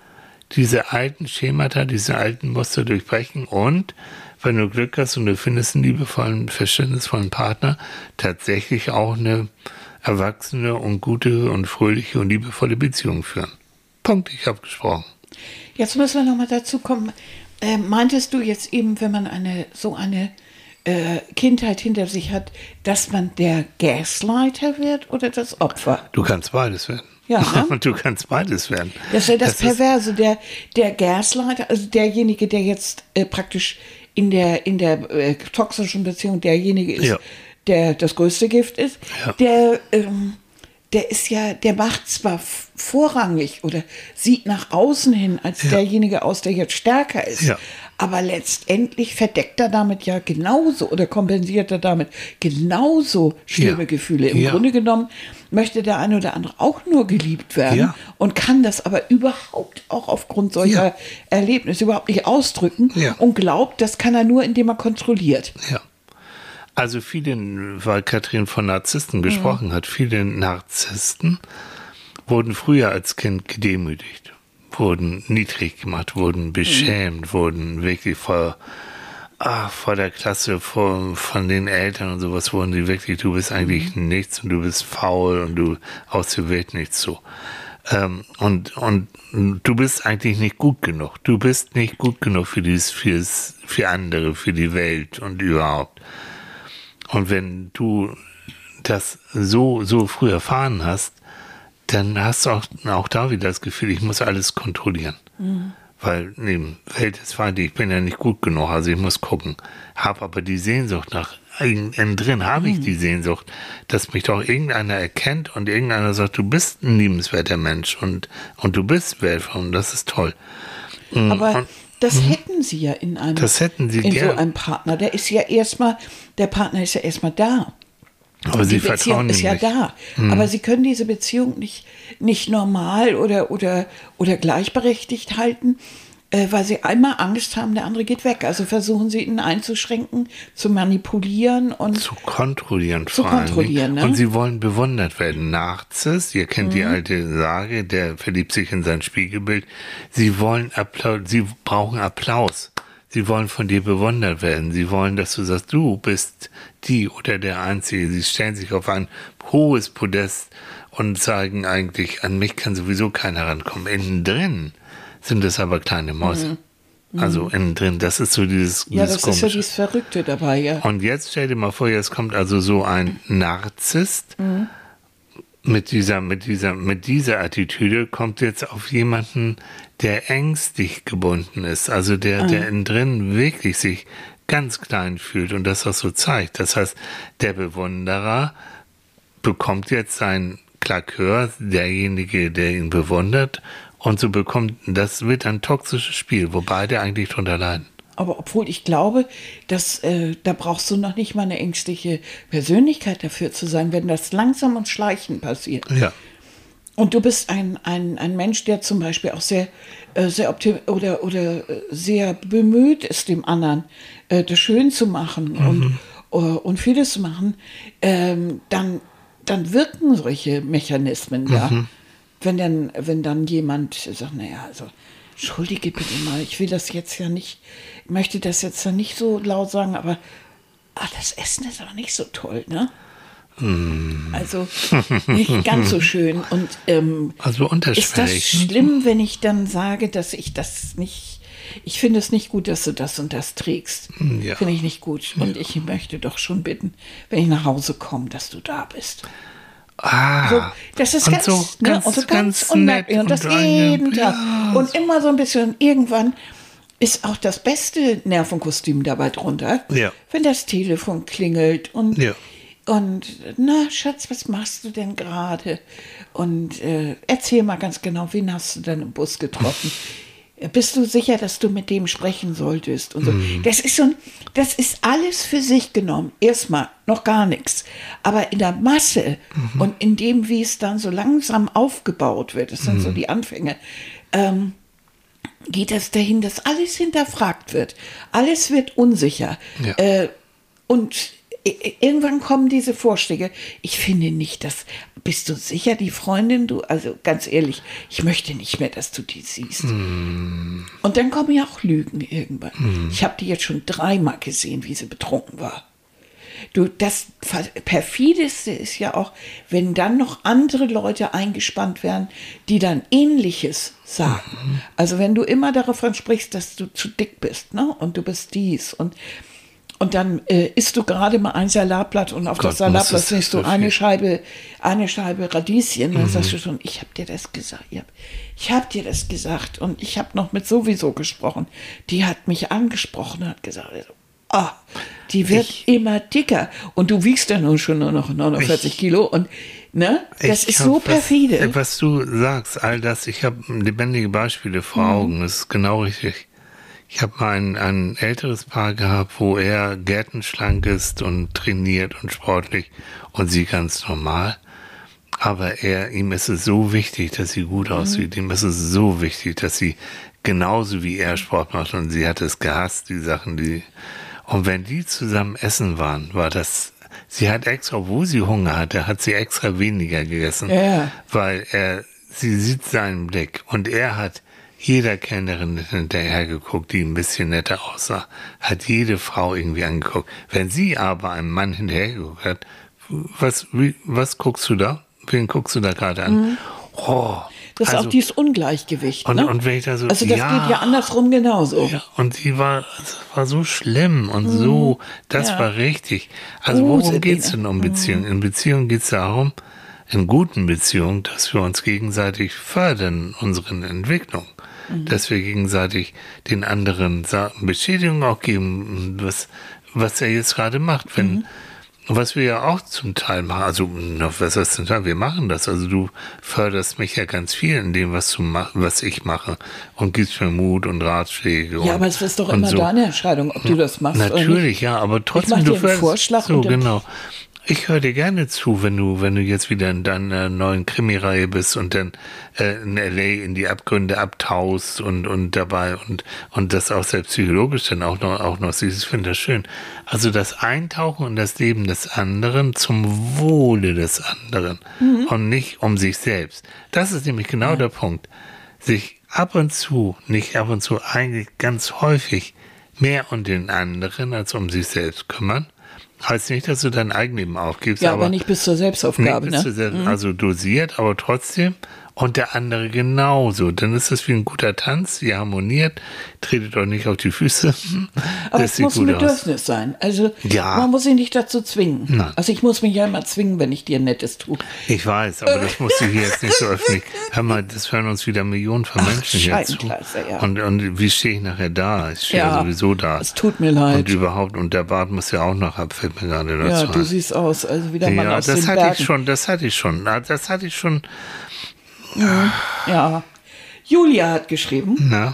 diese alten Schemata, diese alten Muster durchbrechen und wenn du Glück hast und du findest einen liebevollen, verständnisvollen Partner, tatsächlich auch eine erwachsene und gute und fröhliche und liebevolle Beziehung führen. Punkt, ich habe gesprochen.
Jetzt müssen wir nochmal dazu kommen. Äh, meintest du jetzt eben, wenn man eine so eine äh, Kindheit hinter sich hat, dass man der Gaslighter wird oder das Opfer?
Du kannst beides werden.
Ja, ne?
Du kannst beides werden.
Das ist ja das,
das
Perverse, der, der Gaslighter, also derjenige, der jetzt äh, praktisch in der, in der äh, toxischen Beziehung derjenige ist,
ja.
der das größte Gift ist,
ja.
der, ähm, der ist ja, der macht zwar vorrangig oder sieht nach außen hin als ja. derjenige aus, der jetzt stärker ist,
ja.
aber letztendlich verdeckt er damit ja genauso oder kompensiert er damit genauso schlimme
ja.
Gefühle. Im
ja.
Grunde genommen möchte der eine oder andere auch nur geliebt werden
ja.
und kann das aber überhaupt auch aufgrund solcher
ja.
Erlebnisse überhaupt nicht ausdrücken
ja.
und glaubt, das kann er nur, indem er kontrolliert.
Ja. Also viele, weil Katrin von Narzissten gesprochen mhm. hat, viele Narzissten wurden früher als Kind gedemütigt, wurden niedrig gemacht, wurden beschämt, mhm. wurden wirklich vor, ah, vor der Klasse, vor, von den Eltern und sowas, wurden die wirklich, du bist eigentlich mhm. nichts und du bist faul und du aus der Welt nichts so. Ähm, und, und du bist eigentlich nicht gut genug. Du bist nicht gut genug für dieses, fürs, für andere, für die Welt und überhaupt. Und wenn du das so, so früh erfahren hast, dann hast du auch, auch da wieder das Gefühl, ich muss alles kontrollieren. Mhm. Weil, nee, Welt ist feindlich, ich bin ja nicht gut genug, also ich muss gucken. Hab aber die Sehnsucht nach, innen drin habe ich mhm. die Sehnsucht, dass mich doch irgendeiner erkennt und irgendeiner sagt, du bist ein liebenswerter Mensch und, und du bist wertvoll und das ist toll.
Aber
und,
das hätten sie ja in einem,
das hätten sie
in
gern.
so einem Partner. Der ist ja erstmal, der Partner ist ja erstmal da.
Aber sie vertrauen
ist ja
nicht.
da. Mhm. Aber sie können diese Beziehung nicht, nicht normal oder, oder, oder gleichberechtigt halten, äh, weil sie einmal Angst haben, der andere geht weg. Also versuchen sie ihn einzuschränken, zu manipulieren und
zu kontrollieren.
Zu kontrollieren, ne?
Und sie wollen bewundert werden. Narzis, ihr kennt mhm. die alte Sage, der verliebt sich in sein Spiegelbild. Sie wollen Applaus, sie brauchen Applaus. Sie wollen von dir bewundert werden. Sie wollen, dass du sagst, du bist die oder der Einzige. Sie stellen sich auf ein hohes Podest und sagen eigentlich, an mich kann sowieso keiner rankommen. Innen drin sind es aber kleine Mäuse. Mhm. Also innen drin, das ist so dieses
Ja,
dieses
das ist ja dieses Verrückte dabei, ja.
Und jetzt stell dir mal vor, jetzt kommt also so ein Narzisst, mhm. mit dieser, mit dieser, mit dieser Attitüde kommt jetzt auf jemanden, der ängstlich gebunden ist, also der, mhm. der innen drin wirklich sich ganz klein fühlt und das auch so zeigt. Das heißt, der Bewunderer bekommt jetzt seinen Klakör, derjenige, der ihn bewundert, und so bekommt, das wird ein toxisches Spiel, wo beide eigentlich drunter leiden.
Aber obwohl ich glaube, dass äh, da brauchst du noch nicht mal eine ängstliche Persönlichkeit dafür zu sein, wenn das langsam und schleichend passiert.
Ja.
Und du bist ein, ein, ein Mensch, der zum Beispiel auch sehr, äh, sehr optim- oder, oder sehr bemüht ist, dem anderen äh, das schön zu machen mhm. und, uh, und vieles zu machen, ähm, dann, dann wirken solche Mechanismen, mhm. ja. Wenn dann, wenn dann jemand sagt, naja, also entschuldige bitte mal, ich will das jetzt ja nicht, ich möchte das jetzt ja nicht so laut sagen, aber ach, das Essen ist aber nicht so toll, ne? Mm. Also nicht ganz so schön. Und ähm,
also
ist das schlimm, wenn ich dann sage, dass ich das nicht, ich finde es nicht gut, dass du das und das trägst. Ja. Finde ich nicht gut. Und ja. ich möchte doch schon bitten, wenn ich nach Hause komme, dass du da bist.
Ah,
so, das ist ganz,
so,
ne,
ganz,
und so ganz,
ganz
unmerklich. Und das jeden Tag.
Ja.
Und immer so ein bisschen. Irgendwann ist auch das beste Nervenkostüm dabei drunter,
ja.
wenn das Telefon klingelt. Und,
ja.
und na, Schatz, was machst du denn gerade? Und äh, erzähl mal ganz genau, wen hast du denn im Bus getroffen? Bist du sicher, dass du mit dem sprechen solltest? Und so. Mm. Das ist so ein, das ist alles für sich genommen. Erstmal noch gar nichts. Aber in der Masse mhm. und in dem, wie es dann so langsam aufgebaut wird, das sind mm. so die Anfänge, ähm, geht es dahin, dass alles hinterfragt wird. Alles wird unsicher. Ja. Äh, und irgendwann kommen diese Vorschläge. Ich finde nicht, dass, bist du sicher, die Freundin, du, also ganz ehrlich, ich möchte nicht mehr, dass du die siehst. Mm. Und dann kommen ja auch Lügen irgendwann. Mm. Ich habe die jetzt schon dreimal gesehen, wie sie betrunken war. Du, das Perfideste ist ja auch, wenn dann noch andere Leute eingespannt werden, die dann Ähnliches sagen. Mm. Also wenn du immer davon sprichst, dass du zu dick bist, ne? Und du bist dies und Und dann äh, isst du gerade mal ein Salatblatt und auf Gott, das Salatblatt siehst du eine Scheibe, eine Scheibe Radieschen. Dann mhm. sagst du schon, ich habe dir das gesagt. Ich habe ich hab dir das gesagt. Und ich habe noch mit sowieso gesprochen. Die hat mich angesprochen und hat gesagt, ah, oh, die wird ich, immer dicker. Und du wiegst ja nun schon nur noch neunundvierzig ich, Kilo. Und ne, das ist so perfide.
Was, was du sagst, all das, ich habe lebendige Beispiele vor mhm. Augen. Das ist genau richtig. Ich habe mal ein, ein älteres Paar gehabt, wo er gärtenschlank ist und trainiert und sportlich und sie ganz normal. Aber er, ihm ist es so wichtig, dass sie gut aussieht. Mhm. Ihm ist es so wichtig, dass sie genauso wie er Sport macht. Und sie hat es gehasst, die Sachen, die... Und wenn die zusammen essen waren, war das... Sie hat extra, obwohl sie Hunger hatte, hat sie extra weniger gegessen. Ja. Weil er, sie sieht seinen Blick und er hat... Jeder Kellnerin hinterher geguckt, die ein bisschen netter aussah, hat jede Frau irgendwie angeguckt. Wenn sie aber einem Mann hinterher geguckt hat, was, wie, was guckst du da? Wen guckst du da gerade an? Mhm. Oh,
das ist also, auch dieses Ungleichgewicht.
Und,
ne?
und wenn ich da so,
also das ja, geht ja andersrum genauso.
Ja, und sie war, das war so schlimm und mhm. so, das ja. war richtig. Also
oh,
worum geht es denn um Beziehungen? Mhm. In Beziehungen geht es darum, in guten Beziehungen, dass wir uns gegenseitig fördern, unseren Entwicklung. Mhm. Dass wir gegenseitig den anderen Bestätigung auch geben, was, was er jetzt gerade macht. Wenn, mhm. was wir ja auch zum Teil machen, also was heißt zum Teil, wir machen das. Also du förderst mich ja ganz viel in dem, was du mach, was ich mache und gibst mir Mut und Ratschläge.
Ja,
und,
aber es ist doch immer so. Deine Entscheidung, ob du das machst.
Natürlich,
oder nicht.
Ja, aber trotzdem
ich
du
dir einen
förderst.
Vorschlag
So, genau. Ich höre dir gerne zu, wenn du, wenn du jetzt wieder in deiner neuen Krimireihe bist und dann äh, in L A in die Abgründe abtauchst und und dabei und und das auch selbst psychologisch dann auch noch auch noch siehst. Ich finde das schön. Also das Eintauchen in das Leben des anderen zum Wohle des anderen mhm. und nicht um sich selbst. Das ist nämlich genau ja. der Punkt. Sich ab und zu, nicht ab und zu, eigentlich ganz häufig mehr um den anderen als um sich selbst kümmern. Heißt nicht, dass du dein Eigenleben aufgibst.
Ja, aber, aber nicht bis zur Selbstaufgabe.
Nicht bis
ne?
zur Selbst- mhm. Also dosiert, aber trotzdem. und der andere genauso. Dann ist das wie ein guter Tanz, ihr harmoniert, tretet euch nicht auf die Füße.
Aber es muss ein Bedürfnis sein. Also ja. man muss sich nicht dazu zwingen. Nein. Also ich muss mich ja immer zwingen, wenn ich dir Nettes tue.
Ich weiß, aber das musst du hier jetzt nicht so öffentlich. Hör mal, das hören uns wieder Millionen von Menschen hier zu. Ja. Und, und wie stehe ich nachher da? Ich stehe ja, ja sowieso da.
Es tut mir leid.
Und überhaupt, und der Bart muss ja auch noch ab, fällt mir gerade dazu.
Ja, du siehst aus, also wieder mal
ja,
aus
das
den
hatte
Bergen.
ich schon, das hatte ich schon, das hatte ich schon.
Ja. ja. Julia hat geschrieben.
Na?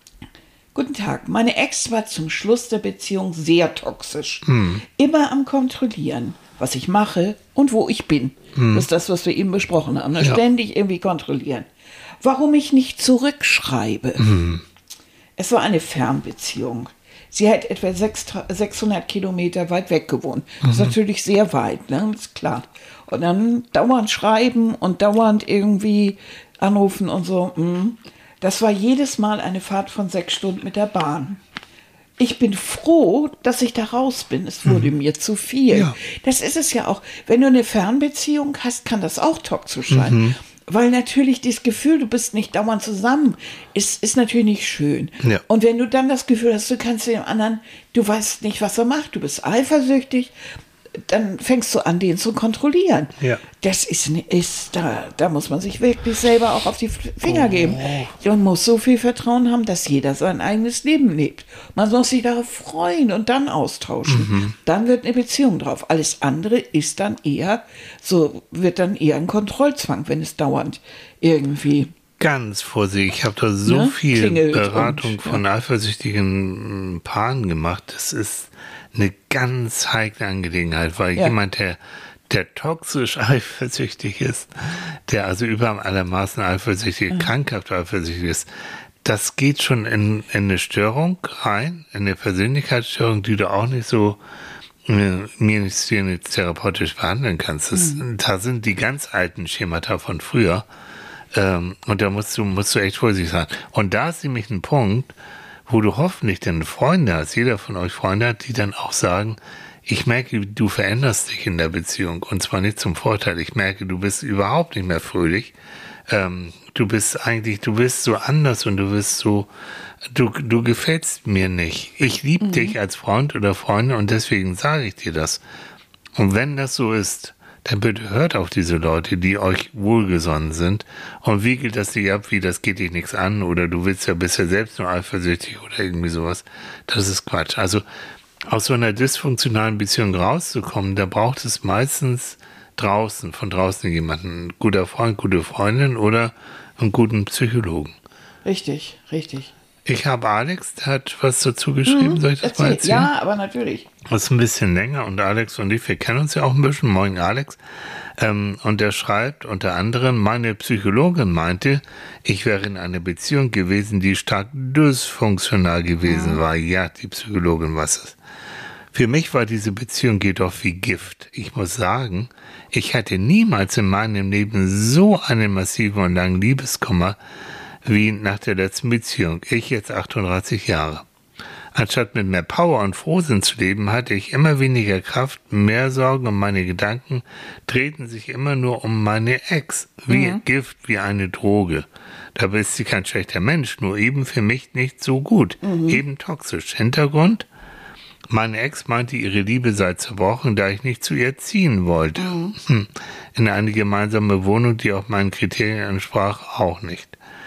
Guten Tag, meine Ex war zum Schluss der Beziehung sehr toxisch.
Hm.
Immer am Kontrollieren, was ich mache und wo ich bin. Hm. Das ist das, was wir eben besprochen haben. Ja. Ständig irgendwie kontrollieren. Warum ich nicht zurückschreibe.
Hm.
Es war eine Fernbeziehung. Sie hat etwa sechshundert Kilometer weit weg gewohnt. Das ist mhm. natürlich sehr weit, ne? Ist klar. Und dann dauernd schreiben und dauernd irgendwie anrufen und so. Das war jedes Mal eine Fahrt von sechs Stunden mit der Bahn. Ich bin froh, dass ich da raus bin. Es wurde mhm. mir zu viel. Ja. Das ist es ja auch. Wenn du eine Fernbeziehung hast, kann das auch toxisch sein. Mhm. Weil natürlich das Gefühl, du bist nicht dauernd zusammen, ist, ist natürlich nicht schön.
Ja.
Und wenn du dann das Gefühl hast, du kannst dem anderen, du weißt nicht, was er macht, du bist eifersüchtig, dann fängst du an, den zu kontrollieren.
Ja.
Das ist, ist da, da muss man sich wirklich selber auch auf die Finger oh. geben. Man muss so viel Vertrauen haben, dass jeder sein eigenes Leben lebt. Man muss sich darauf freuen und dann austauschen. Mhm. Dann wird eine Beziehung drauf. Alles andere ist dann eher, so wird dann eher ein Kontrollzwang, wenn es dauernd irgendwie.
Ganz vorsichtig. Ich habe da so ne? viel Klingelt Beratung und, von ja. eifersüchtigen Paaren gemacht. Das ist eine ganz heikle Angelegenheit, weil ja. jemand, der, der toxisch eifersüchtig ist, der also über am allermaßen eifersüchtig, mhm. krankhaft eifersüchtig ist, das geht schon in, in eine Störung rein, in eine Persönlichkeitsstörung, die du auch nicht so äh, mir nicht, nicht therapeutisch behandeln kannst. Das, mhm. Da sind die ganz alten Schemata von früher. Ähm, und da musst du, musst du echt vorsichtig sein. Und da ist nämlich ein Punkt, wo du hoffentlich dann Freunde hast, jeder von euch Freunde hat, die dann auch sagen, ich merke, du veränderst dich in der Beziehung und zwar nicht zum Vorteil. Ich merke, du bist überhaupt nicht mehr fröhlich. Ähm, du bist eigentlich, du bist so anders und du bist so, du, du gefällst mir nicht. Ich liebe mhm. dich als Freund oder Freundin und deswegen sage ich dir das. Und wenn das so ist, dann bitte hört auf diese Leute, die euch wohlgesonnen sind und wiegelt das nicht ab, wie das geht dich nichts an oder du willst ja bist ja selbst nur eifersüchtig oder irgendwie sowas. Das ist Quatsch. Also aus so einer dysfunktionalen Beziehung rauszukommen, da braucht es meistens draußen, von draußen jemanden, ein guter Freund, gute Freundin oder einen guten Psychologen.
Richtig, richtig.
Ich habe Alex, der hat was dazu geschrieben, mhm, soll ich das erzähl. mal erzählen?
Ja, aber natürlich.
Das ist ein bisschen länger und Alex und ich, wir kennen uns ja auch ein bisschen. Moin Alex. Ähm, und der schreibt unter anderem, meine Psychologin meinte, ich wäre in einer Beziehung gewesen, die stark dysfunktional gewesen mhm. war. Ja, die Psychologin, was ist. Für mich war diese Beziehung jedoch wie Gift. Ich muss sagen, ich hatte niemals in meinem Leben so einen massiven und langen Liebeskummer wie nach der letzten Beziehung. Ich jetzt achtunddreißig Jahre. Anstatt mit mehr Power und Frohsinn zu leben, hatte ich immer weniger Kraft, mehr Sorgen und meine Gedanken drehten sich immer nur um meine Ex. Wie mhm. Gift, wie eine Droge. Dabei ist sie kein schlechter Mensch, nur eben für mich nicht so gut. Mhm. Eben toxisch. Hintergrund? Meine Ex meinte, ihre Liebe sei zerbrochen, da ich nicht zu ihr ziehen wollte. Mhm. In eine gemeinsame Wohnung, die auch meinen Kriterien entsprach, auch nicht.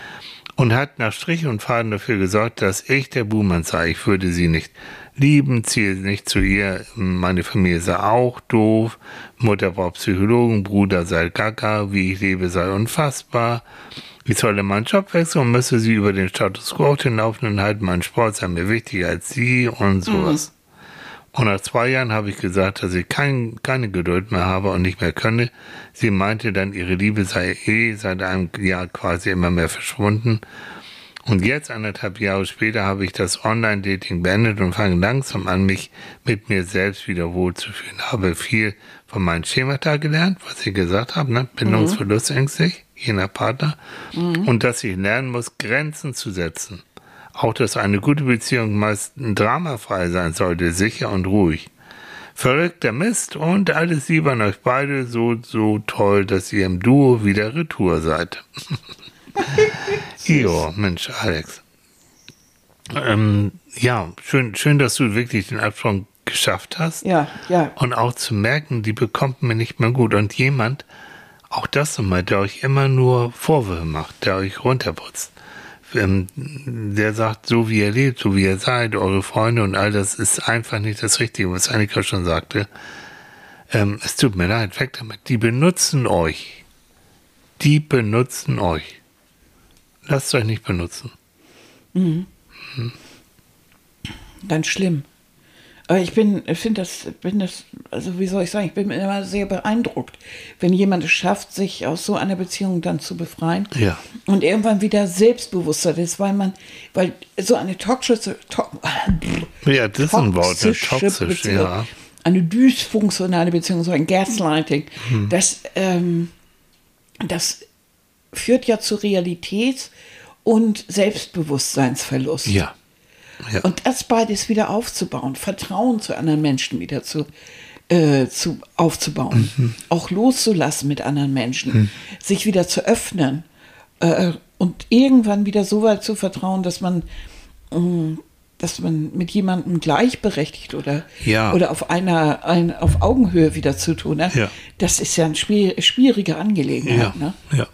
Und hat nach Strich und Faden dafür gesorgt, dass ich der Buhmann sei. Ich würde sie nicht lieben, ziehe nicht zu ihr. Meine Familie sei auch doof. Mutter braucht Psychologen, Bruder sei gaga, wie ich lebe sei unfassbar. Ich solle meinen Job wechseln und müsse sie über den Status quo auf den Laufenden halten. Mein Sport sei mir wichtiger als sie und sowas. Mhm. Und nach zwei Jahren habe ich gesagt, dass ich kein, keine Geduld mehr habe und nicht mehr könne. Sie meinte dann, ihre Liebe sei eh seit einem Jahr quasi immer mehr verschwunden. Und jetzt, anderthalb Jahre später, habe ich das Online-Dating beendet und fange langsam an, mich mit mir selbst wieder wohlzufühlen. Habe viel von meinen Schemata gelernt, was ich gesagt habe, ne? Bindungsverlust ängstlich, je nach Partner. Mhm. Und dass ich lernen muss, Grenzen zu setzen. Auch, dass eine gute Beziehung meist dramafrei sein sollte, sicher und ruhig. Verrückter Mist und alles Liebe an euch beide. So, so toll, dass ihr im Duo wieder retour seid. Jo, Mensch, Alex. Ähm, ja, schön, schön, dass du wirklich den Absprung geschafft hast.
Ja, ja.
Und auch zu merken, die bekommt mir nicht mehr gut. Und jemand, auch das nochmal, der euch immer nur Vorwürfe macht, der euch runterputzt, ähm, der sagt, so wie ihr lebt, so wie ihr seid, eure Freunde und all das ist einfach nicht das Richtige, was Annika schon sagte. Ähm, es tut mir leid, weg damit. Die benutzen euch. Die benutzen euch. Lasst euch nicht benutzen.
Mhm.
Mhm.
Ganz schlimm. Aber ich bin, ich finde das, bin das, also wie soll ich sagen, ich bin immer sehr beeindruckt, wenn jemand es schafft, sich aus so einer Beziehung dann zu befreien
ja.
und irgendwann wieder selbstbewusster ist, weil man, weil so eine toxische, to
ja, das ist ein Wort, toxisch,
Beziehung,
ja.
eine dysfunktionale Beziehung, so ein Gaslighting, hm. das, ähm, das führt ja zu Realitäts- und Selbstbewusstseinsverlust.
Ja. Ja.
Und das beides wieder aufzubauen, Vertrauen zu anderen Menschen wieder zu, äh, zu aufzubauen, mhm. auch loszulassen mit anderen Menschen, mhm. sich wieder zu öffnen äh, und irgendwann wieder so weit zu vertrauen, dass man, äh, dass man mit jemandem gleichberechtigt oder,
ja.
oder auf einer ein, auf Augenhöhe wieder zu tun hat.
Ja.
Das ist ja eine schwier- schwierige Angelegenheit.
Ja.
Ne?
Ja.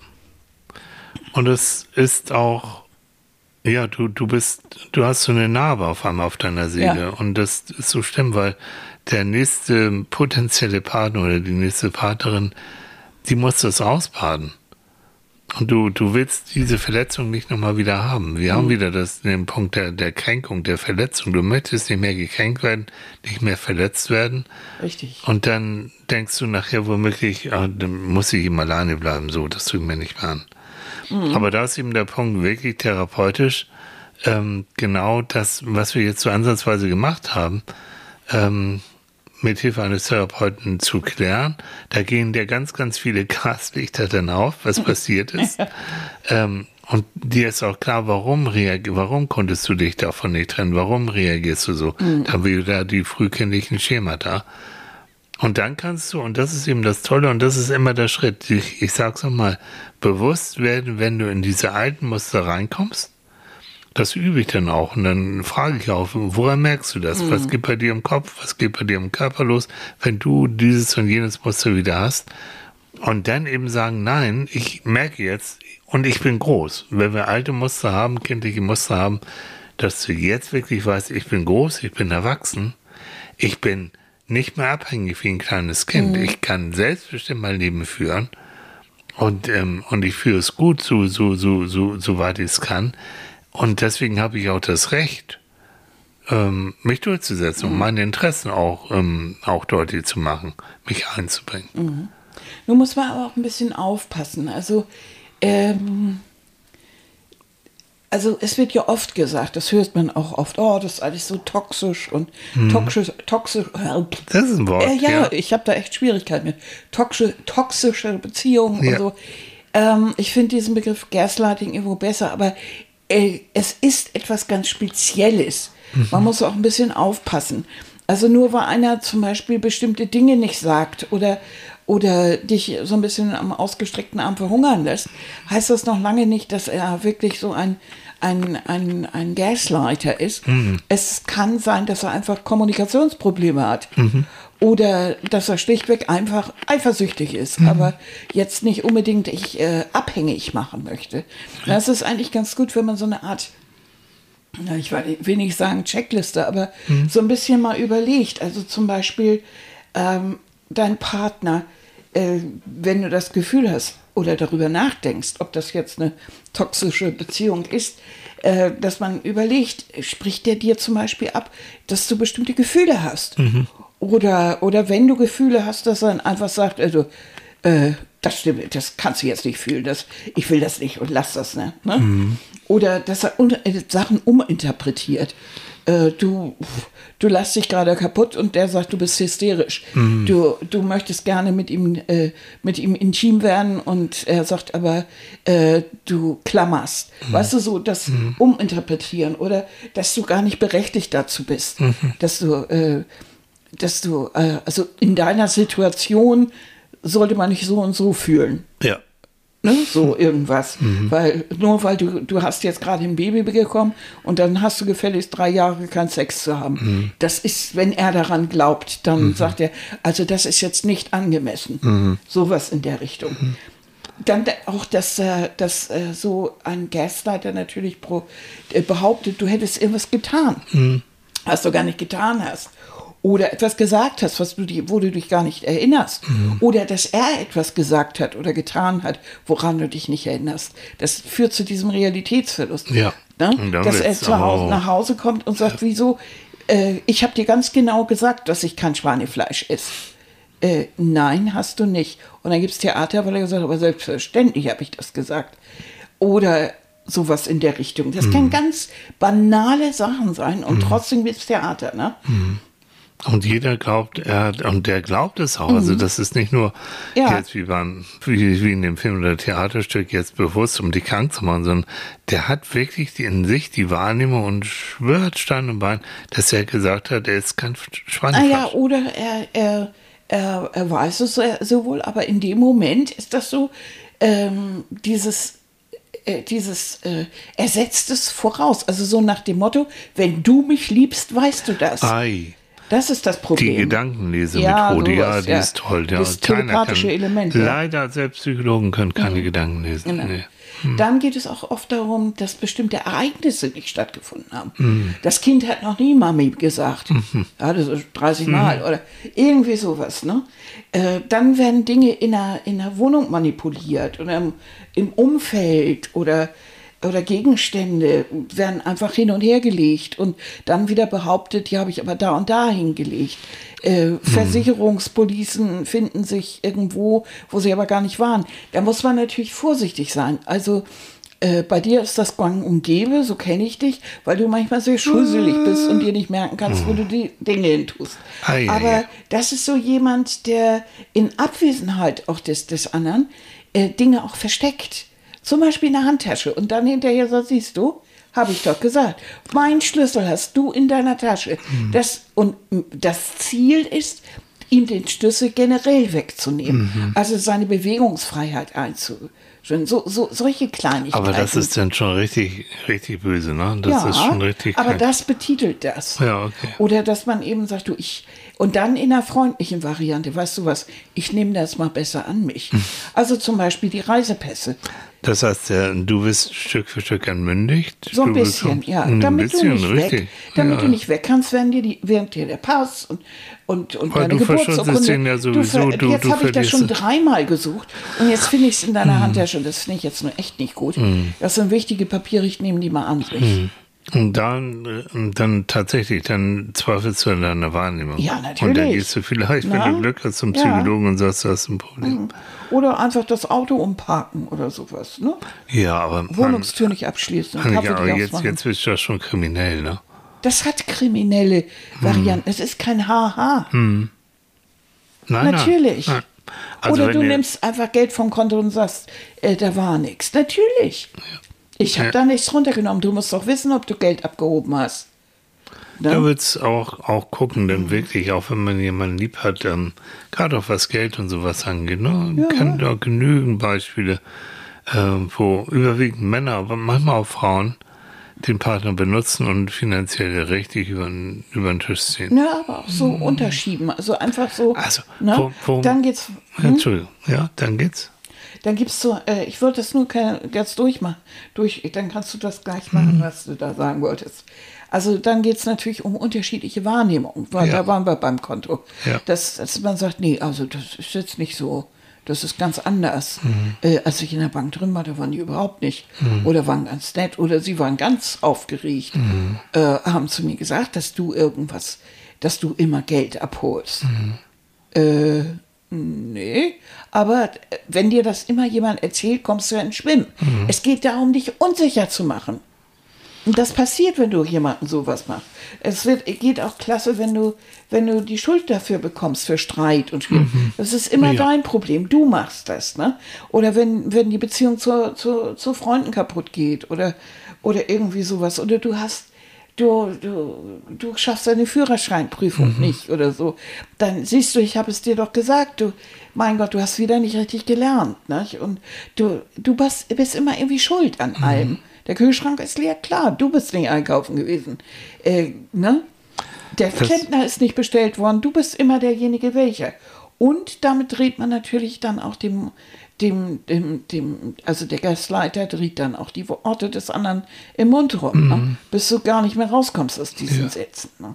Und es ist auch Ja, du, du bist, du hast so eine Narbe auf einmal auf deiner Seele. Ja. Und das ist so schlimm, weil der nächste potenzielle Partner oder die nächste Partnerin, die muss das ausbaden. Und du, du willst diese Verletzung nicht nochmal wieder haben. Wir mhm. haben wieder das, den Punkt der, der Kränkung, der Verletzung. Du möchtest nicht mehr gekränkt werden, nicht mehr verletzt werden.
Richtig.
Und dann denkst du nachher womöglich, ah, dann muss ich ihm alleine bleiben, so, das tut mir nicht mehr an. Mhm. Aber da ist eben der Punkt wirklich therapeutisch, ähm, genau das, was wir jetzt so ansatzweise gemacht haben, ähm, mit Hilfe eines Therapeuten zu klären. Da gehen dir ganz, ganz viele Gaslichter dann auf, was passiert ist. ähm, und dir ist auch klar, warum reagi- warum konntest du dich davon nicht trennen, warum reagierst du so? Mhm. Da haben wir da die frühkindlichen Schemata. Und dann kannst du, und das ist eben das Tolle, und das ist immer der Schritt, ich, ich sag's nochmal, bewusst werden, wenn du in diese alten Muster reinkommst. Das übe ich dann auch. Und dann frage ich auch, woran merkst du das? Mhm. Was geht bei dir im Kopf? Was geht bei dir im Körper los, wenn du dieses und jenes Muster wieder hast? Und dann eben sagen, nein, ich merke jetzt, und ich bin groß. Wenn wir alte Muster haben, kindliche Muster haben, dass du jetzt wirklich weißt, ich bin groß, ich bin erwachsen, ich bin nicht mehr abhängig wie ein kleines Kind. Mhm. Ich kann selbstbestimmt mein Leben führen. Und, ähm, und ich führe es gut, so, so, so, so, so weit ich es kann. Und deswegen habe ich auch das Recht, ähm, mich durchzusetzen mhm. und meine Interessen auch, ähm, auch deutlich zu machen, mich einzubringen.
Mhm. Nun muss man aber auch ein bisschen aufpassen. Also, ähm, also es wird ja oft gesagt, das hört man auch oft, oh, das ist alles so toxisch und mhm. toxisch, toxisch.
Das ist ein Wort.
Äh, ja,
ja,
ich habe da echt Schwierigkeiten mit. Toxische, toxische Beziehungen
ja.
und so. Ähm, ich finde diesen Begriff Gaslighting irgendwo besser, aber äh, es ist etwas ganz Spezielles. Mhm. Man muss auch ein bisschen aufpassen. Also nur weil einer zum Beispiel bestimmte Dinge nicht sagt oder oder dich so ein bisschen am ausgestreckten Arm verhungern lässt, heißt das noch lange nicht, dass er wirklich so ein, ein, ein, ein Gaslighter ist. Mhm. Es kann sein, dass er einfach Kommunikationsprobleme hat mhm. oder dass er schlichtweg einfach eifersüchtig ist, mhm. aber jetzt nicht unbedingt ich äh, abhängig machen möchte. Das ist eigentlich ganz gut, wenn man so eine Art, na, ich will nicht sagen Checkliste, aber mhm. so ein bisschen mal überlegt. Also zum Beispiel ähm, dein Partner, äh, wenn du das Gefühl hast oder darüber nachdenkst, ob das jetzt eine toxische Beziehung ist, äh, dass man überlegt, spricht der dir zum Beispiel ab, dass du bestimmte Gefühle hast? Mhm. Oder, oder wenn du Gefühle hast, dass er dann einfach sagt, also, äh, das stimmt, das kannst du jetzt nicht fühlen, das, ich will das nicht und lass das, ne? ne? Mhm. Oder dass er un- Sachen uminterpretiert. Äh, du, du lässt dich gerade kaputt und der sagt, du bist hysterisch. Mhm. Du, du möchtest gerne mit ihm, äh, mit ihm intim werden und er sagt aber, äh, du klammerst. Mhm. Weißt du, so das mhm. Uminterpretieren oder dass du gar nicht berechtigt dazu bist. Mhm. Dass du, äh, dass du, äh, also in deiner Situation sollte man nicht so und so fühlen.
Ja.
Ne? So irgendwas. Mhm. Weil, nur weil du, du hast jetzt gerade ein Baby bekommen und dann hast du gefälligst drei Jahre keinen Sex zu haben. Mhm. Das ist, wenn er daran glaubt, dann mhm. sagt er, also das ist jetzt nicht angemessen. Mhm. Sowas in der Richtung. Mhm. Dann auch, dass, dass so ein Gaslighter natürlich pro, behauptet, du hättest irgendwas getan, mhm. was du gar nicht getan hast. Oder etwas gesagt hast, was du die, wo du dich gar nicht erinnerst. Mhm. Oder dass er etwas gesagt hat oder getan hat, woran du dich nicht erinnerst. Das führt zu diesem Realitätsverlust. Ja. Ne? Dass er zu Hause, nach Hause kommt und sagt, ja. wieso, äh, ich habe dir ganz genau gesagt, dass ich kein Schweinefleisch esse. Äh, nein, hast du nicht. Und dann gibt es Theater, weil er gesagt hat, aber selbstverständlich habe ich das gesagt. Oder sowas in der Richtung. Das mhm. kann ganz banale Sachen sein und mhm. trotzdem gibt es Theater, ne?
Mhm. Und jeder glaubt, er hat, und der glaubt es auch. Mhm. Also das ist nicht nur ja. jetzt wie, beim, wie, wie in dem Film oder Theaterstück jetzt bewusst, um die krank zu machen, sondern der hat wirklich die, in sich die Wahrnehmung und schwört Stein und Bein, dass er gesagt hat, er ist kein Schweinefleisch.
Ah ja, oder er, er, er, er weiß es so wohl, aber in dem Moment ist das so, ähm, dieses äh, dieses, äh, er setzt es voraus. Also so nach dem Motto, wenn du mich liebst, weißt du das.
Ei.
Das ist das Problem.
Die Gedankenlesemethode, ja, ja, die ja. ist toll. Ja.
Das telepathische kann, Element. Ja.
Leider, selbst Psychologen können keine mhm. Gedanken lesen.
Genau.
Nee.
Hm. Dann geht es auch oft darum, dass bestimmte Ereignisse nicht stattgefunden haben. Mhm. Das Kind hat noch nie Mami gesagt. Mhm. Ja, das ist dreißig Mal mhm. oder irgendwie sowas. Ne? Äh, dann werden Dinge in der, in der Wohnung manipuliert oder im, im Umfeld oder oder Gegenstände werden einfach hin und her gelegt und dann wieder behauptet, die habe ich aber da und da hingelegt. Äh, hm. Versicherungspolicen finden sich irgendwo, wo sie aber gar nicht waren. Da muss man natürlich vorsichtig sein. Also äh, bei dir ist das gang und gäbe, so kenne ich dich, weil du manchmal sehr schusselig bist und dir nicht merken kannst, wo du die Dinge hin tust. Ah, ja, aber ja. das ist so jemand, der in Abwesenheit auch des, des anderen äh, Dinge auch versteckt. Zum Beispiel in der Handtasche. Und dann hinterher so, siehst du, habe ich doch gesagt, mein Schlüssel hast du in deiner Tasche. Mhm. Das, und das Ziel ist, ihm den Schlüssel generell wegzunehmen. Mhm. Also seine Bewegungsfreiheit einzuschränken. So, so, solche Kleinigkeiten.
Aber das ist dann schon richtig, richtig böse, ne? Das
ja,
ist schon richtig.
Aber das betitelt das.
Ja, okay.
Oder dass man eben sagt, du, ich, und dann in einer freundlichen Variante, weißt du was, ich nehme das mal besser an mich. Mhm. Also zum Beispiel die Reisepässe.
Das heißt, du bist Stück für Stück entmündigt?
So ein bisschen, ja.
Ein
damit
bisschen,
du nicht
richtig.
weg, damit
ja.
du nicht weg kannst, während dir, die, während dir der Pass und, und, und
Weil
deine
du
Geburtsurkunde.
Den ja sowieso,
du,
du,
jetzt habe ich das schon dreimal gesucht und jetzt finde ich es in deiner mm. Handtasche. Das finde ich jetzt nur echt nicht gut. Mm. Das sind wichtige Papiere, ich nehme die mal an sich. Mm.
Und dann, dann tatsächlich, dann zweifelst du an deiner Wahrnehmung.
Ja, natürlich.
Und dann gehst du vielleicht, wenn Na? du Glück hast, zum Psychologen ja. und sagst, du hast ein Problem.
Oder einfach das Auto umparken oder sowas, ne?
Ja, aber...
Wohnungstür nicht abschließen.
Ja, aber jetzt, jetzt bist du ja schon kriminell, ne?
Das hat kriminelle Varianten. Es hm. ist kein Haha.
Hm. Nein,
Natürlich.
Nein. Also
oder du nimmst einfach Geld vom Konto und sagst, äh, da war nichts. Natürlich. Ja. Ich habe ja. da nichts runtergenommen. Du musst doch wissen, ob du Geld abgehoben hast. Ne?
Da wird es auch, auch gucken, denn mhm. wirklich, auch wenn man jemanden lieb hat, ähm, gerade auch was Geld und sowas angeht, ne? Ja. Kann da genügend Beispiele, äh, wo überwiegend Männer, aber manchmal auch Frauen den Partner benutzen und finanziell richtig über den, über den Tisch ziehen.
Ja, aber auch so mhm. unterschieben. Also einfach so.
Also,
ne?
wo, wo,
dann geht's.
Hm? Entschuldigung, ja, dann geht's.
Dann gibt es so, äh, ich wollte das nur jetzt durchmachen. Durch, dann kannst du das gleich machen, mhm. was du da sagen wolltest. Also dann geht es natürlich um unterschiedliche Wahrnehmungen, weil ja. da waren wir beim Konto. Ja. Dass, dass man sagt, nee, also das ist jetzt nicht so, das ist ganz anders. Mhm. Äh, als ich in der Bank drin war, da waren die überhaupt nicht. Mhm. Oder waren ganz nett oder sie waren ganz aufgeregt, mhm. äh, haben zu mir gesagt, dass du irgendwas, dass du immer Geld abholst. Mhm. Äh, Nee, aber wenn dir das immer jemand erzählt, kommst du ja ins Schwimmen. Mhm. Es geht darum, dich unsicher zu machen. Und das passiert, wenn du jemanden sowas machst. Es wird, geht auch klasse, wenn du, wenn du die Schuld dafür bekommst, für Streit und Spiel. Mhm. Das ist immer ja. dein Problem. Du machst das, ne? Oder wenn, wenn die Beziehung zu, zu, zu Freunden kaputt geht oder, oder irgendwie sowas. Oder du hast du, du, du schaffst deine Führerscheinprüfung mhm. nicht oder so, dann siehst du, ich habe es dir doch gesagt, du, mein Gott, du hast wieder nicht richtig gelernt. Nicht? Und du, du bist, bist immer irgendwie schuld an mhm. allem. Der Kühlschrank ist leer, klar, du bist nicht einkaufen gewesen. Äh, ne? Der das Klempner ist nicht bestellt worden, du bist immer derjenige, welcher. Und damit dreht man natürlich dann auch dem, dem, dem, dem, also der Gastleiter dreht dann auch die Worte des anderen im Mund rum, mhm. ne? Bis du gar nicht mehr rauskommst aus diesen ja. Sätzen. Ne?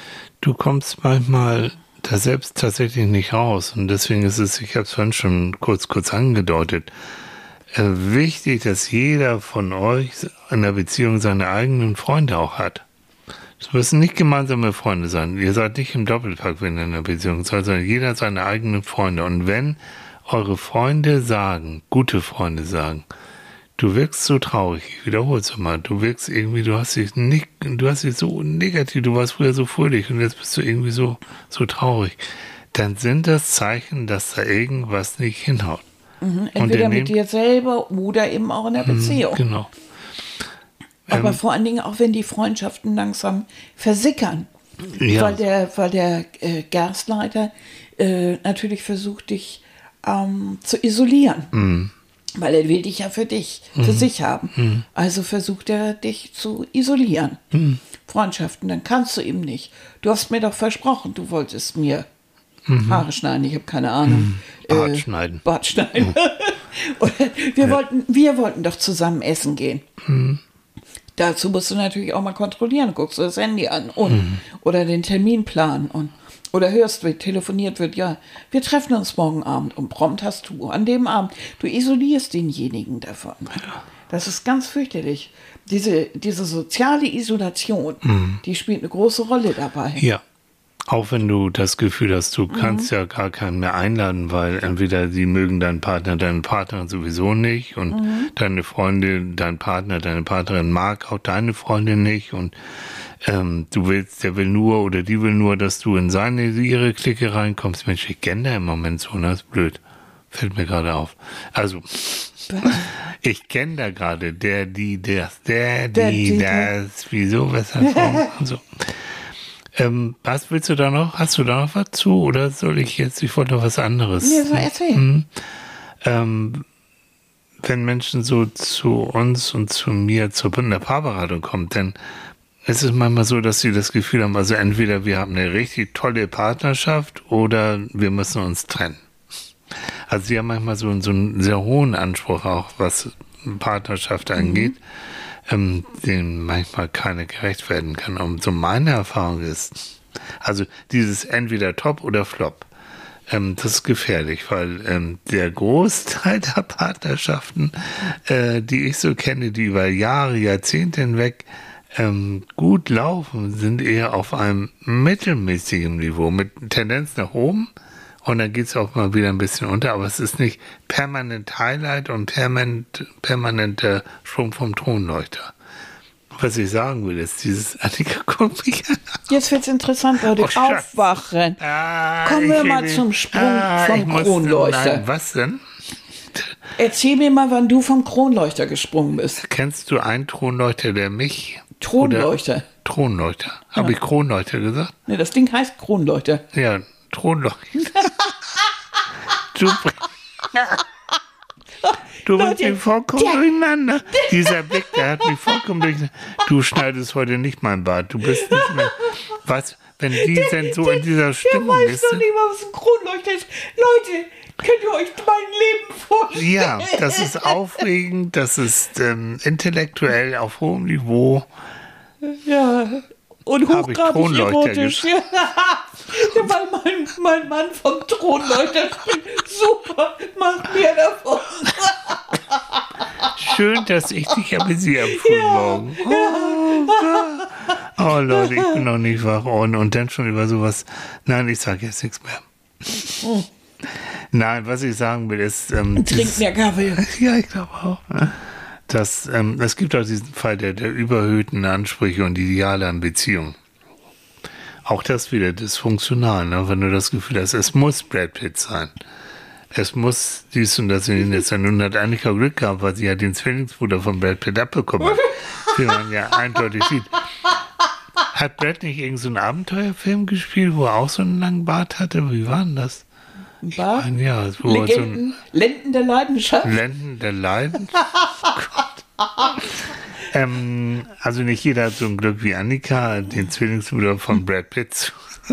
Du kommst manchmal da selbst tatsächlich nicht raus. Und deswegen ist es, ich habe es vorhin schon kurz, kurz angedeutet, äh, wichtig, dass jeder von euch in der Beziehung seine eigenen Freunde auch hat. Es müssen nicht gemeinsame Freunde sein. Ihr seid nicht im Doppelpack, wenn ihr in einer Beziehung seid, sondern jeder hat seine eigenen Freunde. Und wenn eure Freunde sagen, gute Freunde sagen, du wirkst so traurig, ich wiederhole es mal, du wirkst irgendwie, du hast dich nicht, du hast dich so negativ, du warst früher so fröhlich und jetzt bist du irgendwie so, so traurig, dann sind das Zeichen, dass da irgendwas nicht hinhaut.
Mhm, entweder mit dir selber oder eben auch in der Beziehung.
Genau.
Aber ähm, vor allen Dingen auch, wenn die Freundschaften langsam versickern. Ja. Weil der, weil der äh, Gerstleiter äh, natürlich versucht, dich ähm, zu isolieren. Mhm. Weil er will dich ja für dich, mhm. für sich haben. Mhm. Also versucht er, dich zu isolieren. Mhm. Freundschaften, dann kannst du ihm nicht. Du hast mir doch versprochen, du wolltest mir mhm. Haare schneiden, ich habe keine Ahnung.
Mhm. Bart äh, schneiden.
Bart schneiden. Mhm. Oder wir, ja. wollten, wir wollten doch zusammen essen gehen. Mhm. Dazu musst du natürlich auch mal kontrollieren. Guckst du das Handy an und mhm. oder den Terminplan und oder hörst, wie telefoniert wird, ja, wir treffen uns morgen Abend und prompt hast du an dem Abend, du isolierst denjenigen davon. Ja. Das ist ganz fürchterlich. Diese, diese soziale Isolation, mhm. die spielt eine große Rolle dabei.
Ja. Auch wenn du das Gefühl hast, du kannst mhm. ja gar keinen mehr einladen, weil entweder sie mögen deinen Partner, deinen Partner sowieso nicht und mhm. deine Freunde, dein Partner, deine Partnerin mag auch deine Freundin nicht und ähm, du willst, der will nur oder die will nur, dass du in seine, ihre Clique reinkommst. Mensch, ich kenne da im Moment so, das ist blöd. Fällt mir gerade auf. Also, ich kenne da gerade der, die, das, der, die, der, die, das, wieso, weshalb, warum und so. Ähm, was willst du da noch? Hast du da noch was zu? Oder soll ich jetzt, ich wollte noch was anderes.
Ja, so erzähl.
Hm. Ähm, wenn Menschen so zu uns und zu mir zur in der Paarberatung kommen, dann ist es manchmal so, dass sie das Gefühl haben, also entweder wir haben eine richtig tolle Partnerschaft oder wir müssen uns trennen. Also sie haben manchmal so, so einen sehr hohen Anspruch auch, was Partnerschaft angeht. Mhm. Ähm, dem manchmal keiner gerecht werden kann. Und so meine Erfahrung ist, also dieses entweder Top oder Flop, ähm, das ist gefährlich, weil ähm, der Großteil der Partnerschaften, äh, die ich so kenne, die über Jahre, Jahrzehnte hinweg ähm, gut laufen, sind eher auf einem mittelmäßigen Niveau, mit Tendenz nach oben. Und dann geht es auch mal wieder ein bisschen unter, aber es ist nicht permanent Highlight und permanent, permanenter Sprung vom Thronleuchter. Was ich sagen will, ist dieses Annika, guck mich an.
Jetzt wird's interessant, Leute. Oh, aufwachen. Ah, Kommen wir mal will, zum Sprung ah, vom Kronleuchter.
Nein, was denn?
Erzähl mir mal, wann du vom Kronleuchter gesprungen bist.
Kennst du einen Thronleuchter, der mich...
Thronleuchter.
Thronleuchter. Habe ja. ich Kronleuchter gesagt?
Ne, das Ding heißt Kronleuchter.
Ja, Thronleuchter. du du bringst mich vollkommen der, durcheinander. Dieser Blick, der hat mich vollkommen durcheinander. Du schneidest heute nicht mein Bart. Du bist nicht mehr... Was, wenn die der, denn so der, in dieser Stimmung ist...
Der weiß doch nicht mal, was ein Kronleuchter ist. Leute, könnt ihr euch mein Leben vorstellen?
Ja, das ist aufregend, das ist ähm, intellektuell auf hohem Niveau.
Ja, und hochgradig erotisch. Ja. Weil mein, mein Mann vom Thronleuchter spielt. Super, mach mehr davon.
Schön, dass ich dich amüsiere am frühen ja, Morgen. Oh, oh, Leute, ich bin noch nicht wach. Oh, und dann schon über sowas. Nein, ich sage jetzt nichts mehr. Hm. Nein, was ich sagen will, ist... Ähm,
Trink mehr Kaffee.
Ja, ich glaube auch. Das, ähm, es gibt auch diesen Fall der, der überhöhten Ansprüche und Ideale an Beziehungen. Auch das wieder dysfunktional, ne? Wenn du das Gefühl hast, es muss Brad Pitt sein. Es muss dies und das und jenes sein. Nun hat Annika Glück gehabt, weil sie ja den Zwillingsbruder von Brad Pitt abbekommen hat. Wie man ja eindeutig sieht. Hat Brad nicht irgendeinen so einen Abenteuerfilm gespielt, wo er auch so einen langen Bart hatte? Wie war denn das?
Ein Bart?
Ich mein, ja, wo
Legenden, so Lenden der Leidenschaft.
Lenden der Leidenschaft? Gott. ähm, also nicht jeder hat so ein Glück wie Annika, den Zwillingsbruder von Brad Pitt.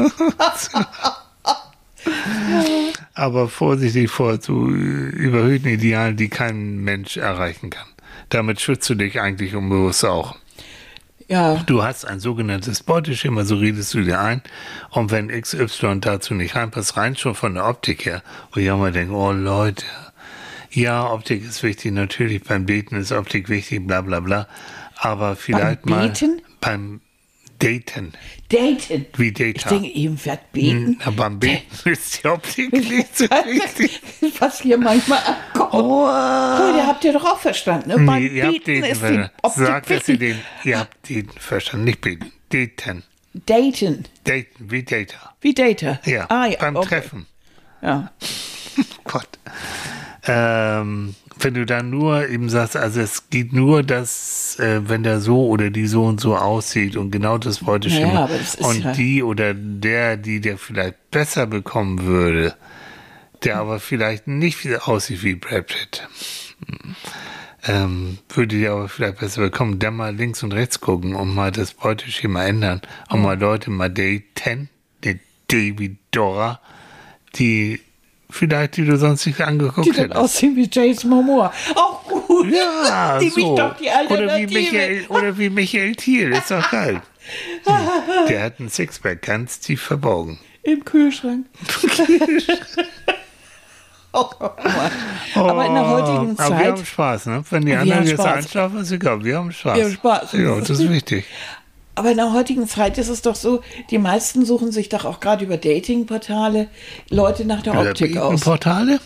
Aber vorsichtig vor so überhöhten Idealen, die kein Mensch erreichen kann. Damit schützt du dich eigentlich unbewusst auch.
Ja.
Du hast ein sogenanntes Beuteschema, so redest du dir ein. Und wenn X Y dazu nicht reinpasst, rein schon von der Optik her. Und ich auch mal denke, oh Leute, ja, Optik ist wichtig, natürlich beim Daten ist Optik wichtig, bla bla bla. Aber vielleicht
beim
mal
Daten?
beim Daten.
Daten?
Wie Data.
Ich denke eben, wer beten?
Ja, beim Beten ist die Optik nicht so wichtig.
Was hier manchmal abkommt.
Oh,
Leute, habt ihr doch auch verstanden. Ne? Beim
nee, ihr habt
Beten
den
ist die Optik
Sag, dass ihr
wichtig.
den, ihr habt den verstanden, nicht beten. Daten.
Daten.
Daten, wie Data.
Wie Data.
Ja,
ah, ja
beim
okay.
Treffen.
Ja.
Gott. Ähm, wenn du dann nur eben sagst, also es geht nur, dass, äh, wenn der so oder die so und so aussieht und genau das Beuteschema
Naja, aber das ist
und
ja
die oder der, die der vielleicht besser bekommen würde, der aber vielleicht nicht viel aussieht wie Brad Pitt, ähm, würde die aber vielleicht besser bekommen, dann mal links und rechts gucken und mal das Beuteschema ändern und mal Leute mal daten, der David Dora, die vielleicht, die du sonst nicht angeguckt
Die dann
hättest.
aussehen wie Jason Momoa. Auch gut.
Ja,
die
so.
mich doch die
oder, wie
Alternative.
Michael, oder wie Michael Thiel, ist doch geil. Hm. Der hat ein Sixpack ganz tief verborgen.
Im Kühlschrank. Oh, Mann. Aber in der heutigen
Aber wir
Zeit.
haben Spaß, ne? Wenn die
Wir
anderen
haben
jetzt
Spaß.
einschlafen, ist egal. Wir haben Spaß.
Wir haben Spaß.
Ja, das ist wichtig.
Aber in der heutigen Zeit ist es doch so, die meisten suchen sich doch auch gerade über Datingportale Leute nach der Optik aus.
Portale?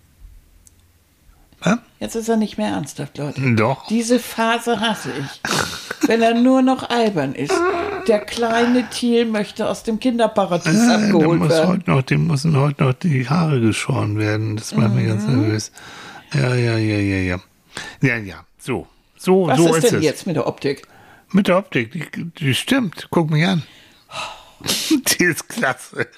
Ja?
Jetzt ist er nicht mehr ernsthaft, Leute.
Doch.
Diese Phase hasse ich. Wenn er nur noch albern ist. Der kleine Thiel möchte aus dem Kinderparadies
Äh,
abgeholt
muss
werden.
heute noch, dem müssen heute noch die Haare geschoren werden. Das macht mich ganz nervös. Ja, ja, ja, ja, ja. Ja, ja, so. So,
Was
so
ist
ist
denn
es.
jetzt mit der Optik?
Mit der Optik, die, die stimmt. Guck mich an. Die ist klasse.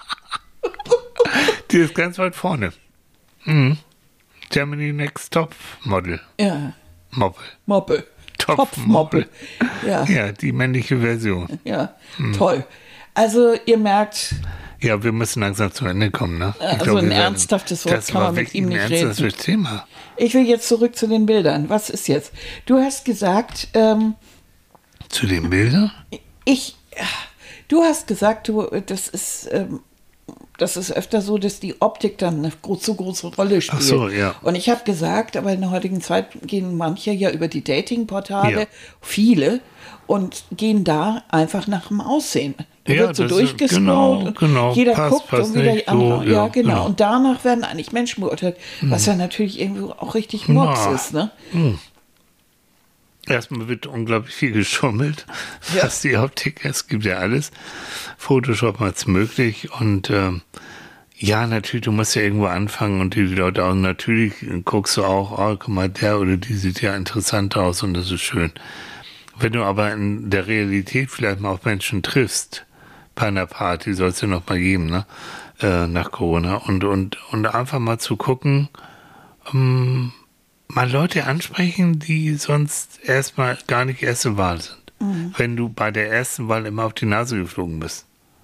Die ist ganz weit vorne. Mhm. Germany Next Top Model.
Ja,
Moppel.
Moppel.
Top
Topfmoppel. Ja,
Ja, die männliche Version.
ja, toll. Also ihr merkt,
Ja, wir müssen langsam zum Ende kommen, ne? Ich
also
glaub,
ein
wir werden-
ernsthaftes Wort
das
kann
war
man mit
wirklich
ihm
ein
nicht
ernsthaftes
reden.
Thema.
Ich will jetzt zurück zu den Bildern. Was ist jetzt? Du hast gesagt, ähm,
Zu den Bildern?
ich, du hast gesagt, du, das ist, ähm, das ist öfter so, dass die Optik dann eine gro- zu große Rolle spielt.
Ach so, ja.
Und ich habe gesagt, aber in der heutigen Zeit gehen manche ja über die Datingportale,
Ja.
viele, und gehen da einfach nach dem Aussehen. Da
Ja,
wird so
das ist-
durchgescrollt
genau,
und
genau.
jeder
Passt,
guckt
passt
und wieder
nicht,
die andere.
so,
ja,
ja,
genau.
genau.
Und danach werden eigentlich Menschen beurteilt, was ja natürlich irgendwo auch richtig Murks
Ja.
ist, ne?
Erstmal wird unglaublich viel geschummelt,
Ja.
was die Optik ist. Es gibt ja alles. Photoshop macht es möglich. Und ähm, ja, natürlich, du musst ja irgendwo anfangen und die Leute auch, natürlich guckst du auch, oh, guck mal, der oder die sieht ja interessant aus und das ist schön. Wenn du aber in der Realität vielleicht mal auf Menschen triffst, bei einer Party, soll es ja noch mal geben, ne? Äh, nach Corona, und, und, und einfach mal zu gucken, ähm, mal Leute ansprechen, die sonst erstmal gar nicht erste Wahl sind.
Mhm.
Wenn du bei der ersten Wahl immer auf die Nase geflogen bist.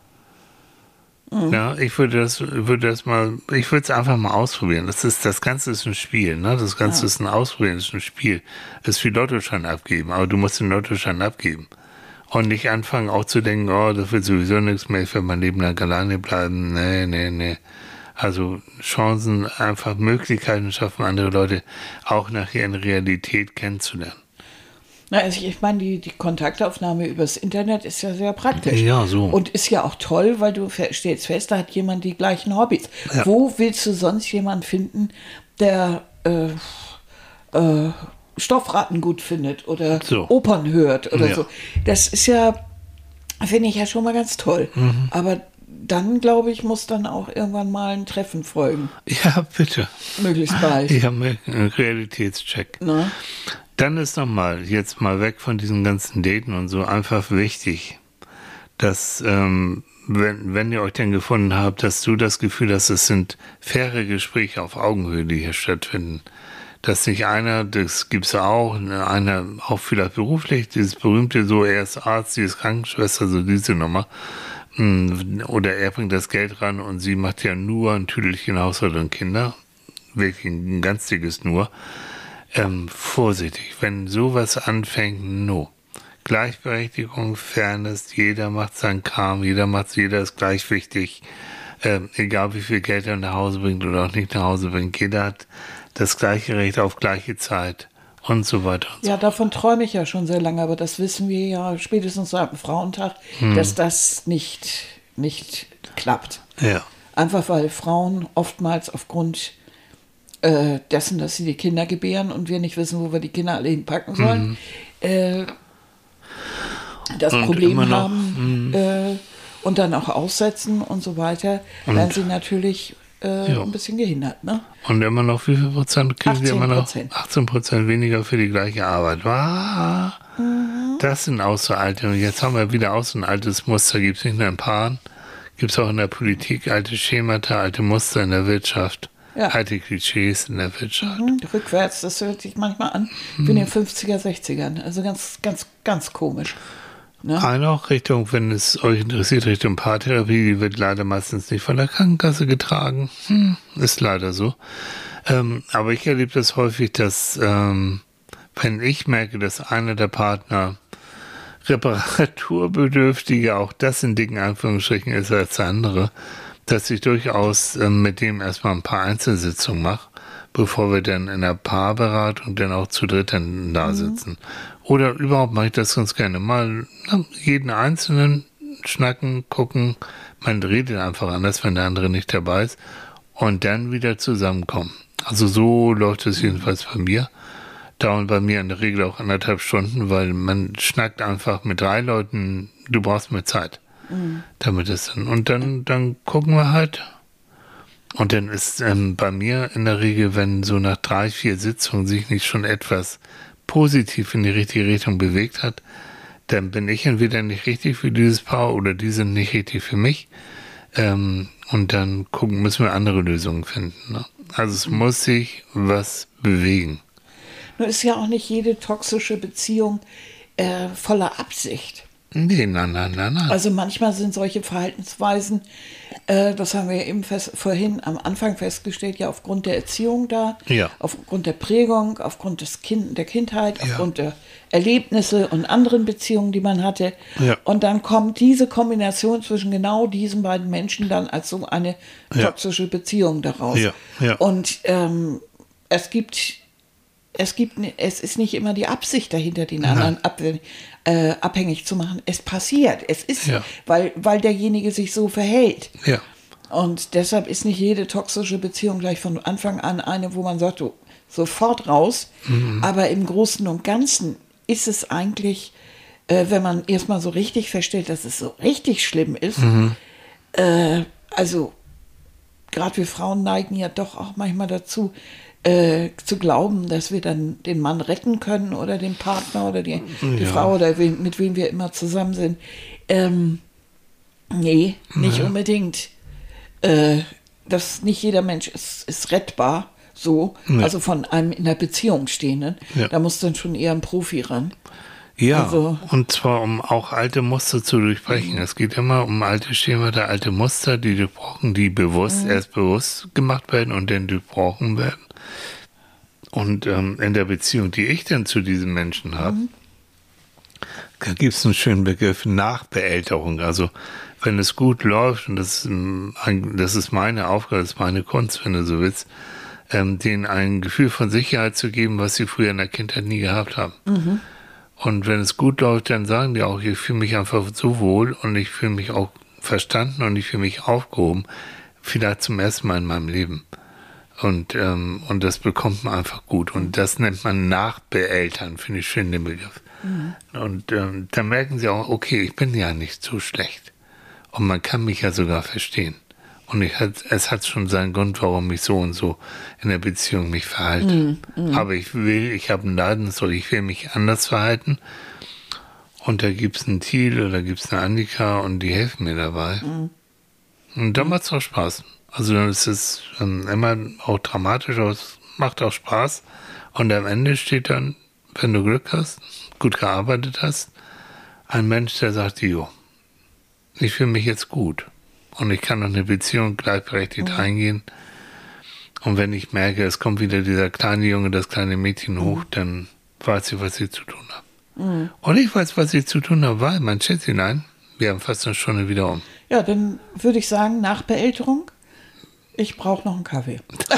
Ja, ich würde das, würde das mal, ich würde es einfach mal ausprobieren. Das ist, das Ganze ist ein Spiel, ne? Das Ganze
Ja.
ist ein Ausprobieren, das ist ein Spiel. Das ist wie Lottoschein abgeben, aber du musst den Lottoschein abgeben. Und nicht anfangen auch zu denken, oh, das wird sowieso nichts mehr, ich werde mein Leben lang alleine bleiben. Nee, nee, nee. Also Chancen, einfach Möglichkeiten schaffen, andere Leute auch nachher in Realität kennenzulernen.
Na, also ich meine, die, die Kontaktaufnahme übers Internet ist ja sehr praktisch.
Ja, so.
Und ist ja auch toll, weil du fe- stellst fest, da hat jemand die gleichen Hobbys.
Ja.
Wo willst du sonst jemanden finden, der äh, äh, Stoffratten gut findet oder
So.
Opern hört oder
Ja.
so? Das ist ja, finde ich ja schon mal ganz toll.
Mhm.
Aber dann, glaube ich, muss dann auch irgendwann mal ein Treffen folgen.
Ja, bitte.
Möglichst bald.
Ich habe einen Realitätscheck.
Ne?
Dann ist nochmal, jetzt mal weg von diesen ganzen Daten und so, einfach wichtig. dass, ähm, wenn, wenn ihr euch dann gefunden habt, dass du das Gefühl hast, es sind faire Gespräche auf Augenhöhe, die hier stattfinden. Dass nicht einer, das gibt's auch, einer auch vielleicht beruflich, dieses berühmte so, er ist Arzt, sie ist Krankenschwester, so diese Nummer. Oder er bringt das Geld ran und sie macht ja nur ein Tüdelchen Haushalt und Kinder. Wirklich ein ganz dickes Nur. Ähm, vorsichtig, wenn sowas anfängt, no. Gleichberechtigung, Fairness, jeder macht seinen Kram, jeder macht, jeder ist gleich wichtig. Ähm, egal wie viel Geld er nach Hause bringt oder auch nicht nach Hause bringt, jeder hat das gleiche Recht auf gleiche Zeit und so weiter. Und
ja,
so.
davon träume ich ja schon sehr lange, aber das wissen wir ja spätestens seit dem Frauentag, hm. dass das nicht, nicht klappt.
Ja.
Einfach weil Frauen oftmals aufgrund äh, dessen, dass sie die Kinder gebären und wir nicht wissen, wo wir die Kinder alle hinpacken sollen, mhm. äh, das und Problem noch, haben mhm. äh, und dann auch aussetzen und so weiter, und werden sie natürlich äh, ein bisschen gehindert. Ne?
Und immer noch, wie viel Prozent kriegen sie immer noch? achtzehn Prozent weniger für die gleiche Arbeit. Ah, mhm. Das sind auch so alte. Und jetzt haben wir wieder auch so ein altes Muster, gibt es nicht nur in Paaren, gibt es auch in der Politik alte Schemata, alte Muster in der Wirtschaft. Ja. Alte Klischees in der Wirtschaft.
Mhm, rückwärts, das hört sich manchmal an wie in den fünfziger, sechzigern. Also ganz, ganz, ganz komisch. Ne?
Eine auch Richtung, wenn es euch interessiert, Richtung Paartherapie, die wird leider meistens nicht von der Krankenkasse getragen. Hm, ist leider so. Ähm, aber ich erlebe das häufig, dass ähm, wenn ich merke, dass einer der Partner reparaturbedürftiger, auch das in dicken Anführungsstrichen ist als der andere, dass ich durchaus äh, mit dem erstmal ein paar Einzelsitzungen mache, bevor wir dann in der Paarberatung dann auch zu dritt dann da sitzen. Mhm. Oder überhaupt mache ich das ganz gerne. Mal na, jeden Einzelnen schnacken, gucken. Man redet einfach anders, wenn der andere nicht dabei ist. Und dann wieder zusammenkommen. Also so läuft es jedenfalls bei mir. Dauert bei mir in der Regel auch anderthalb Stunden, weil man schnackt einfach mit drei Leuten, du brauchst mehr Zeit. Mhm. Damit es dann, und dann, dann gucken wir halt. Und dann ist ähm, bei mir in der Regel, wenn so nach drei, vier Sitzungen sich nicht schon etwas positiv in die richtige Richtung bewegt hat, dann bin ich entweder nicht richtig für dieses Paar oder die sind nicht richtig für mich. Ähm, und dann gucken, müssen wir andere Lösungen finden. Ne? Also es mhm. muss sich was bewegen.
Nur ist ja auch nicht jede toxische Beziehung äh, voller Absicht.
Nee, nein, nein, nein, nein.
Also manchmal sind solche Verhaltensweisen, äh, das haben wir ja eben fest, vorhin am Anfang festgestellt, ja aufgrund der Erziehung da,
ja.
aufgrund der Prägung, aufgrund des kind, der Kindheit, ja. aufgrund der Erlebnisse und anderen Beziehungen, die man hatte. Ja. Und dann kommt diese Kombination zwischen genau diesen beiden Menschen dann als so eine toxische ja. Beziehung daraus.
Ja. Ja.
Und ähm, es gibt... Es gibt, es ist nicht immer die Absicht dahinter, den anderen ab, äh, abhängig zu machen. Es passiert. Es ist, ja. weil, weil derjenige sich so verhält.
Ja.
Und deshalb ist nicht jede toxische Beziehung gleich von Anfang an eine, wo man sagt, so, sofort raus. Mhm. Aber im Großen und Ganzen ist es eigentlich, äh, wenn man erstmal so richtig feststellt, dass es so richtig schlimm ist, mhm. äh, also gerade wir Frauen neigen ja doch auch manchmal dazu, Äh, zu glauben, dass wir dann den Mann retten können oder den Partner oder die, die ja. Frau oder wen, mit wem wir immer zusammen sind. Ähm, nee, nicht ja. unbedingt. Äh, das, nicht jeder Mensch ist, ist rettbar, so, ja. also von einem in der Beziehung Stehenden. Ja. Da muss dann schon eher ein Profi ran.
Ja, also, und zwar um auch alte Muster zu durchbrechen. Es geht immer um alte Schemata, alte Muster, die durchbrochen, die bewusst, mhm. erst bewusst gemacht werden und dann durchbrochen werden. Und ähm, in der Beziehung, die ich dann zu diesen Menschen habe, mhm. da gibt es einen schönen Begriff Nachbeälterung. Also wenn es gut läuft, und das, das ist meine Aufgabe, das ist meine Kunst, wenn du so willst, ähm, denen ein Gefühl von Sicherheit zu geben, was sie früher in der Kindheit nie gehabt haben. Mhm. Und wenn es gut läuft, dann sagen die auch, ich fühle mich einfach so wohl und ich fühle mich auch verstanden und ich fühle mich aufgehoben, vielleicht zum ersten Mal in meinem Leben. Und, ähm, und das bekommt man einfach gut. Und das nennt man Nachbeeltern, finde ich schön den Begriff. Mhm. Und ähm, da merken sie auch, okay, ich bin ja nicht so schlecht. Und man kann mich ja sogar verstehen. Und ich hat, es hat schon seinen Grund, warum ich so und so in der Beziehung mich verhalte. Mhm. Mhm. Aber ich will, ich habe einen Leidensdruck, ich will mich anders verhalten. Und da gibt es einen Thiel oder gibt es eine Annika und die helfen mir dabei. Mhm. Und dann macht es auch Spaß. Also es ist ähm, immer auch dramatisch, aber es macht auch Spaß. Und am Ende steht dann, wenn du Glück hast, gut gearbeitet hast, ein Mensch, der sagt, jo, ich fühle mich jetzt gut. Und ich kann noch eine Beziehung gleichberechtigt mhm. eingehen. Und wenn ich merke, es kommt wieder dieser kleine Junge, das kleine Mädchen hoch, mhm. dann weiß ich, was ich zu tun habe. Mhm. Und ich weiß, was ich zu tun habe, weil, mein Schätzchen, wir haben fast eine Stunde wieder um.
Ja, dann würde ich sagen, nach Beälterung, ich brauche noch einen Kaffee.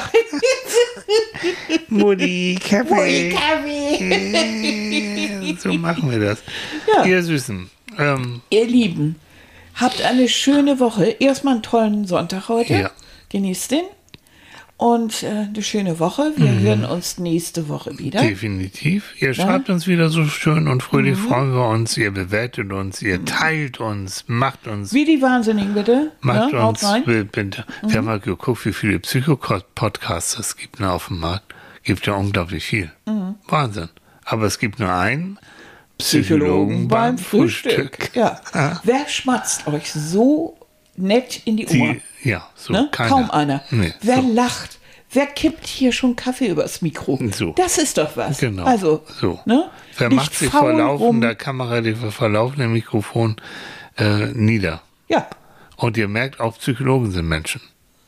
Mutti, Kaffee.
Mutti, Kaffee.
So machen wir das. Ja. Ihr Süßen. Ähm,
Ihr Lieben, habt eine schöne Woche. Erstmal einen tollen Sonntag heute.
Ja.
Genießt den. Und äh, eine schöne Woche. Wir mhm. hören uns nächste Woche wieder.
Definitiv. Ihr ja. schreibt uns wieder so schön und fröhlich, mhm. freuen wir uns. Ihr bewertet uns, ihr teilt uns, macht uns.
Wie die Wahnsinnigen, bitte.
Macht
ja,
uns, bitte. Mhm. Wir haben mal geguckt, wie viele Psycho-Podcasts es gibt ne, auf dem Markt. Gibt ja unglaublich viel. Mhm. Wahnsinn. Aber es gibt nur einen Psychologen, Psychologen beim, beim Frühstück.
Frühstück. Ja. Ah. Wer schmatzt euch so nett in die Ohren?
Die, ja, so
ne?
keiner.
Kaum einer.
Nee,
Wer
so.
lacht? Wer kippt hier schon Kaffee übers Mikro?
So.
Das ist doch was.
Genau.
Also,
so.
Ne?
Wer
Nicht
macht sich
faul
vor laufender
rum.
Kamera, die vor laufendem Mikrofon äh, nieder?
Ja.
Und ihr merkt, auch Psychologen sind Menschen.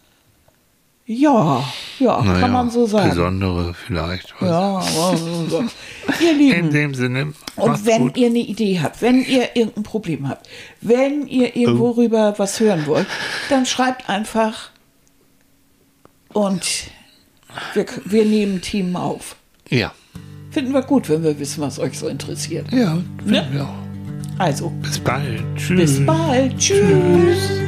Ja, ja,
naja,
kann man so sagen.
Besondere vielleicht.
Ja, aber so. Ihr Lieben.
In dem Sinne.
Und wenn gut. ihr eine Idee habt, wenn ihr irgendein Problem habt, wenn ihr irgendwo oh. rüber was hören wollt, dann schreibt einfach und wir, wir nehmen Themen auf.
Ja.
Finden wir gut, wenn wir wissen, was euch so interessiert.
Ja, finden
ne?
wir auch.
Also.
Bis bald. Tschüss.
Bis bald. Tschüss. Tschüss.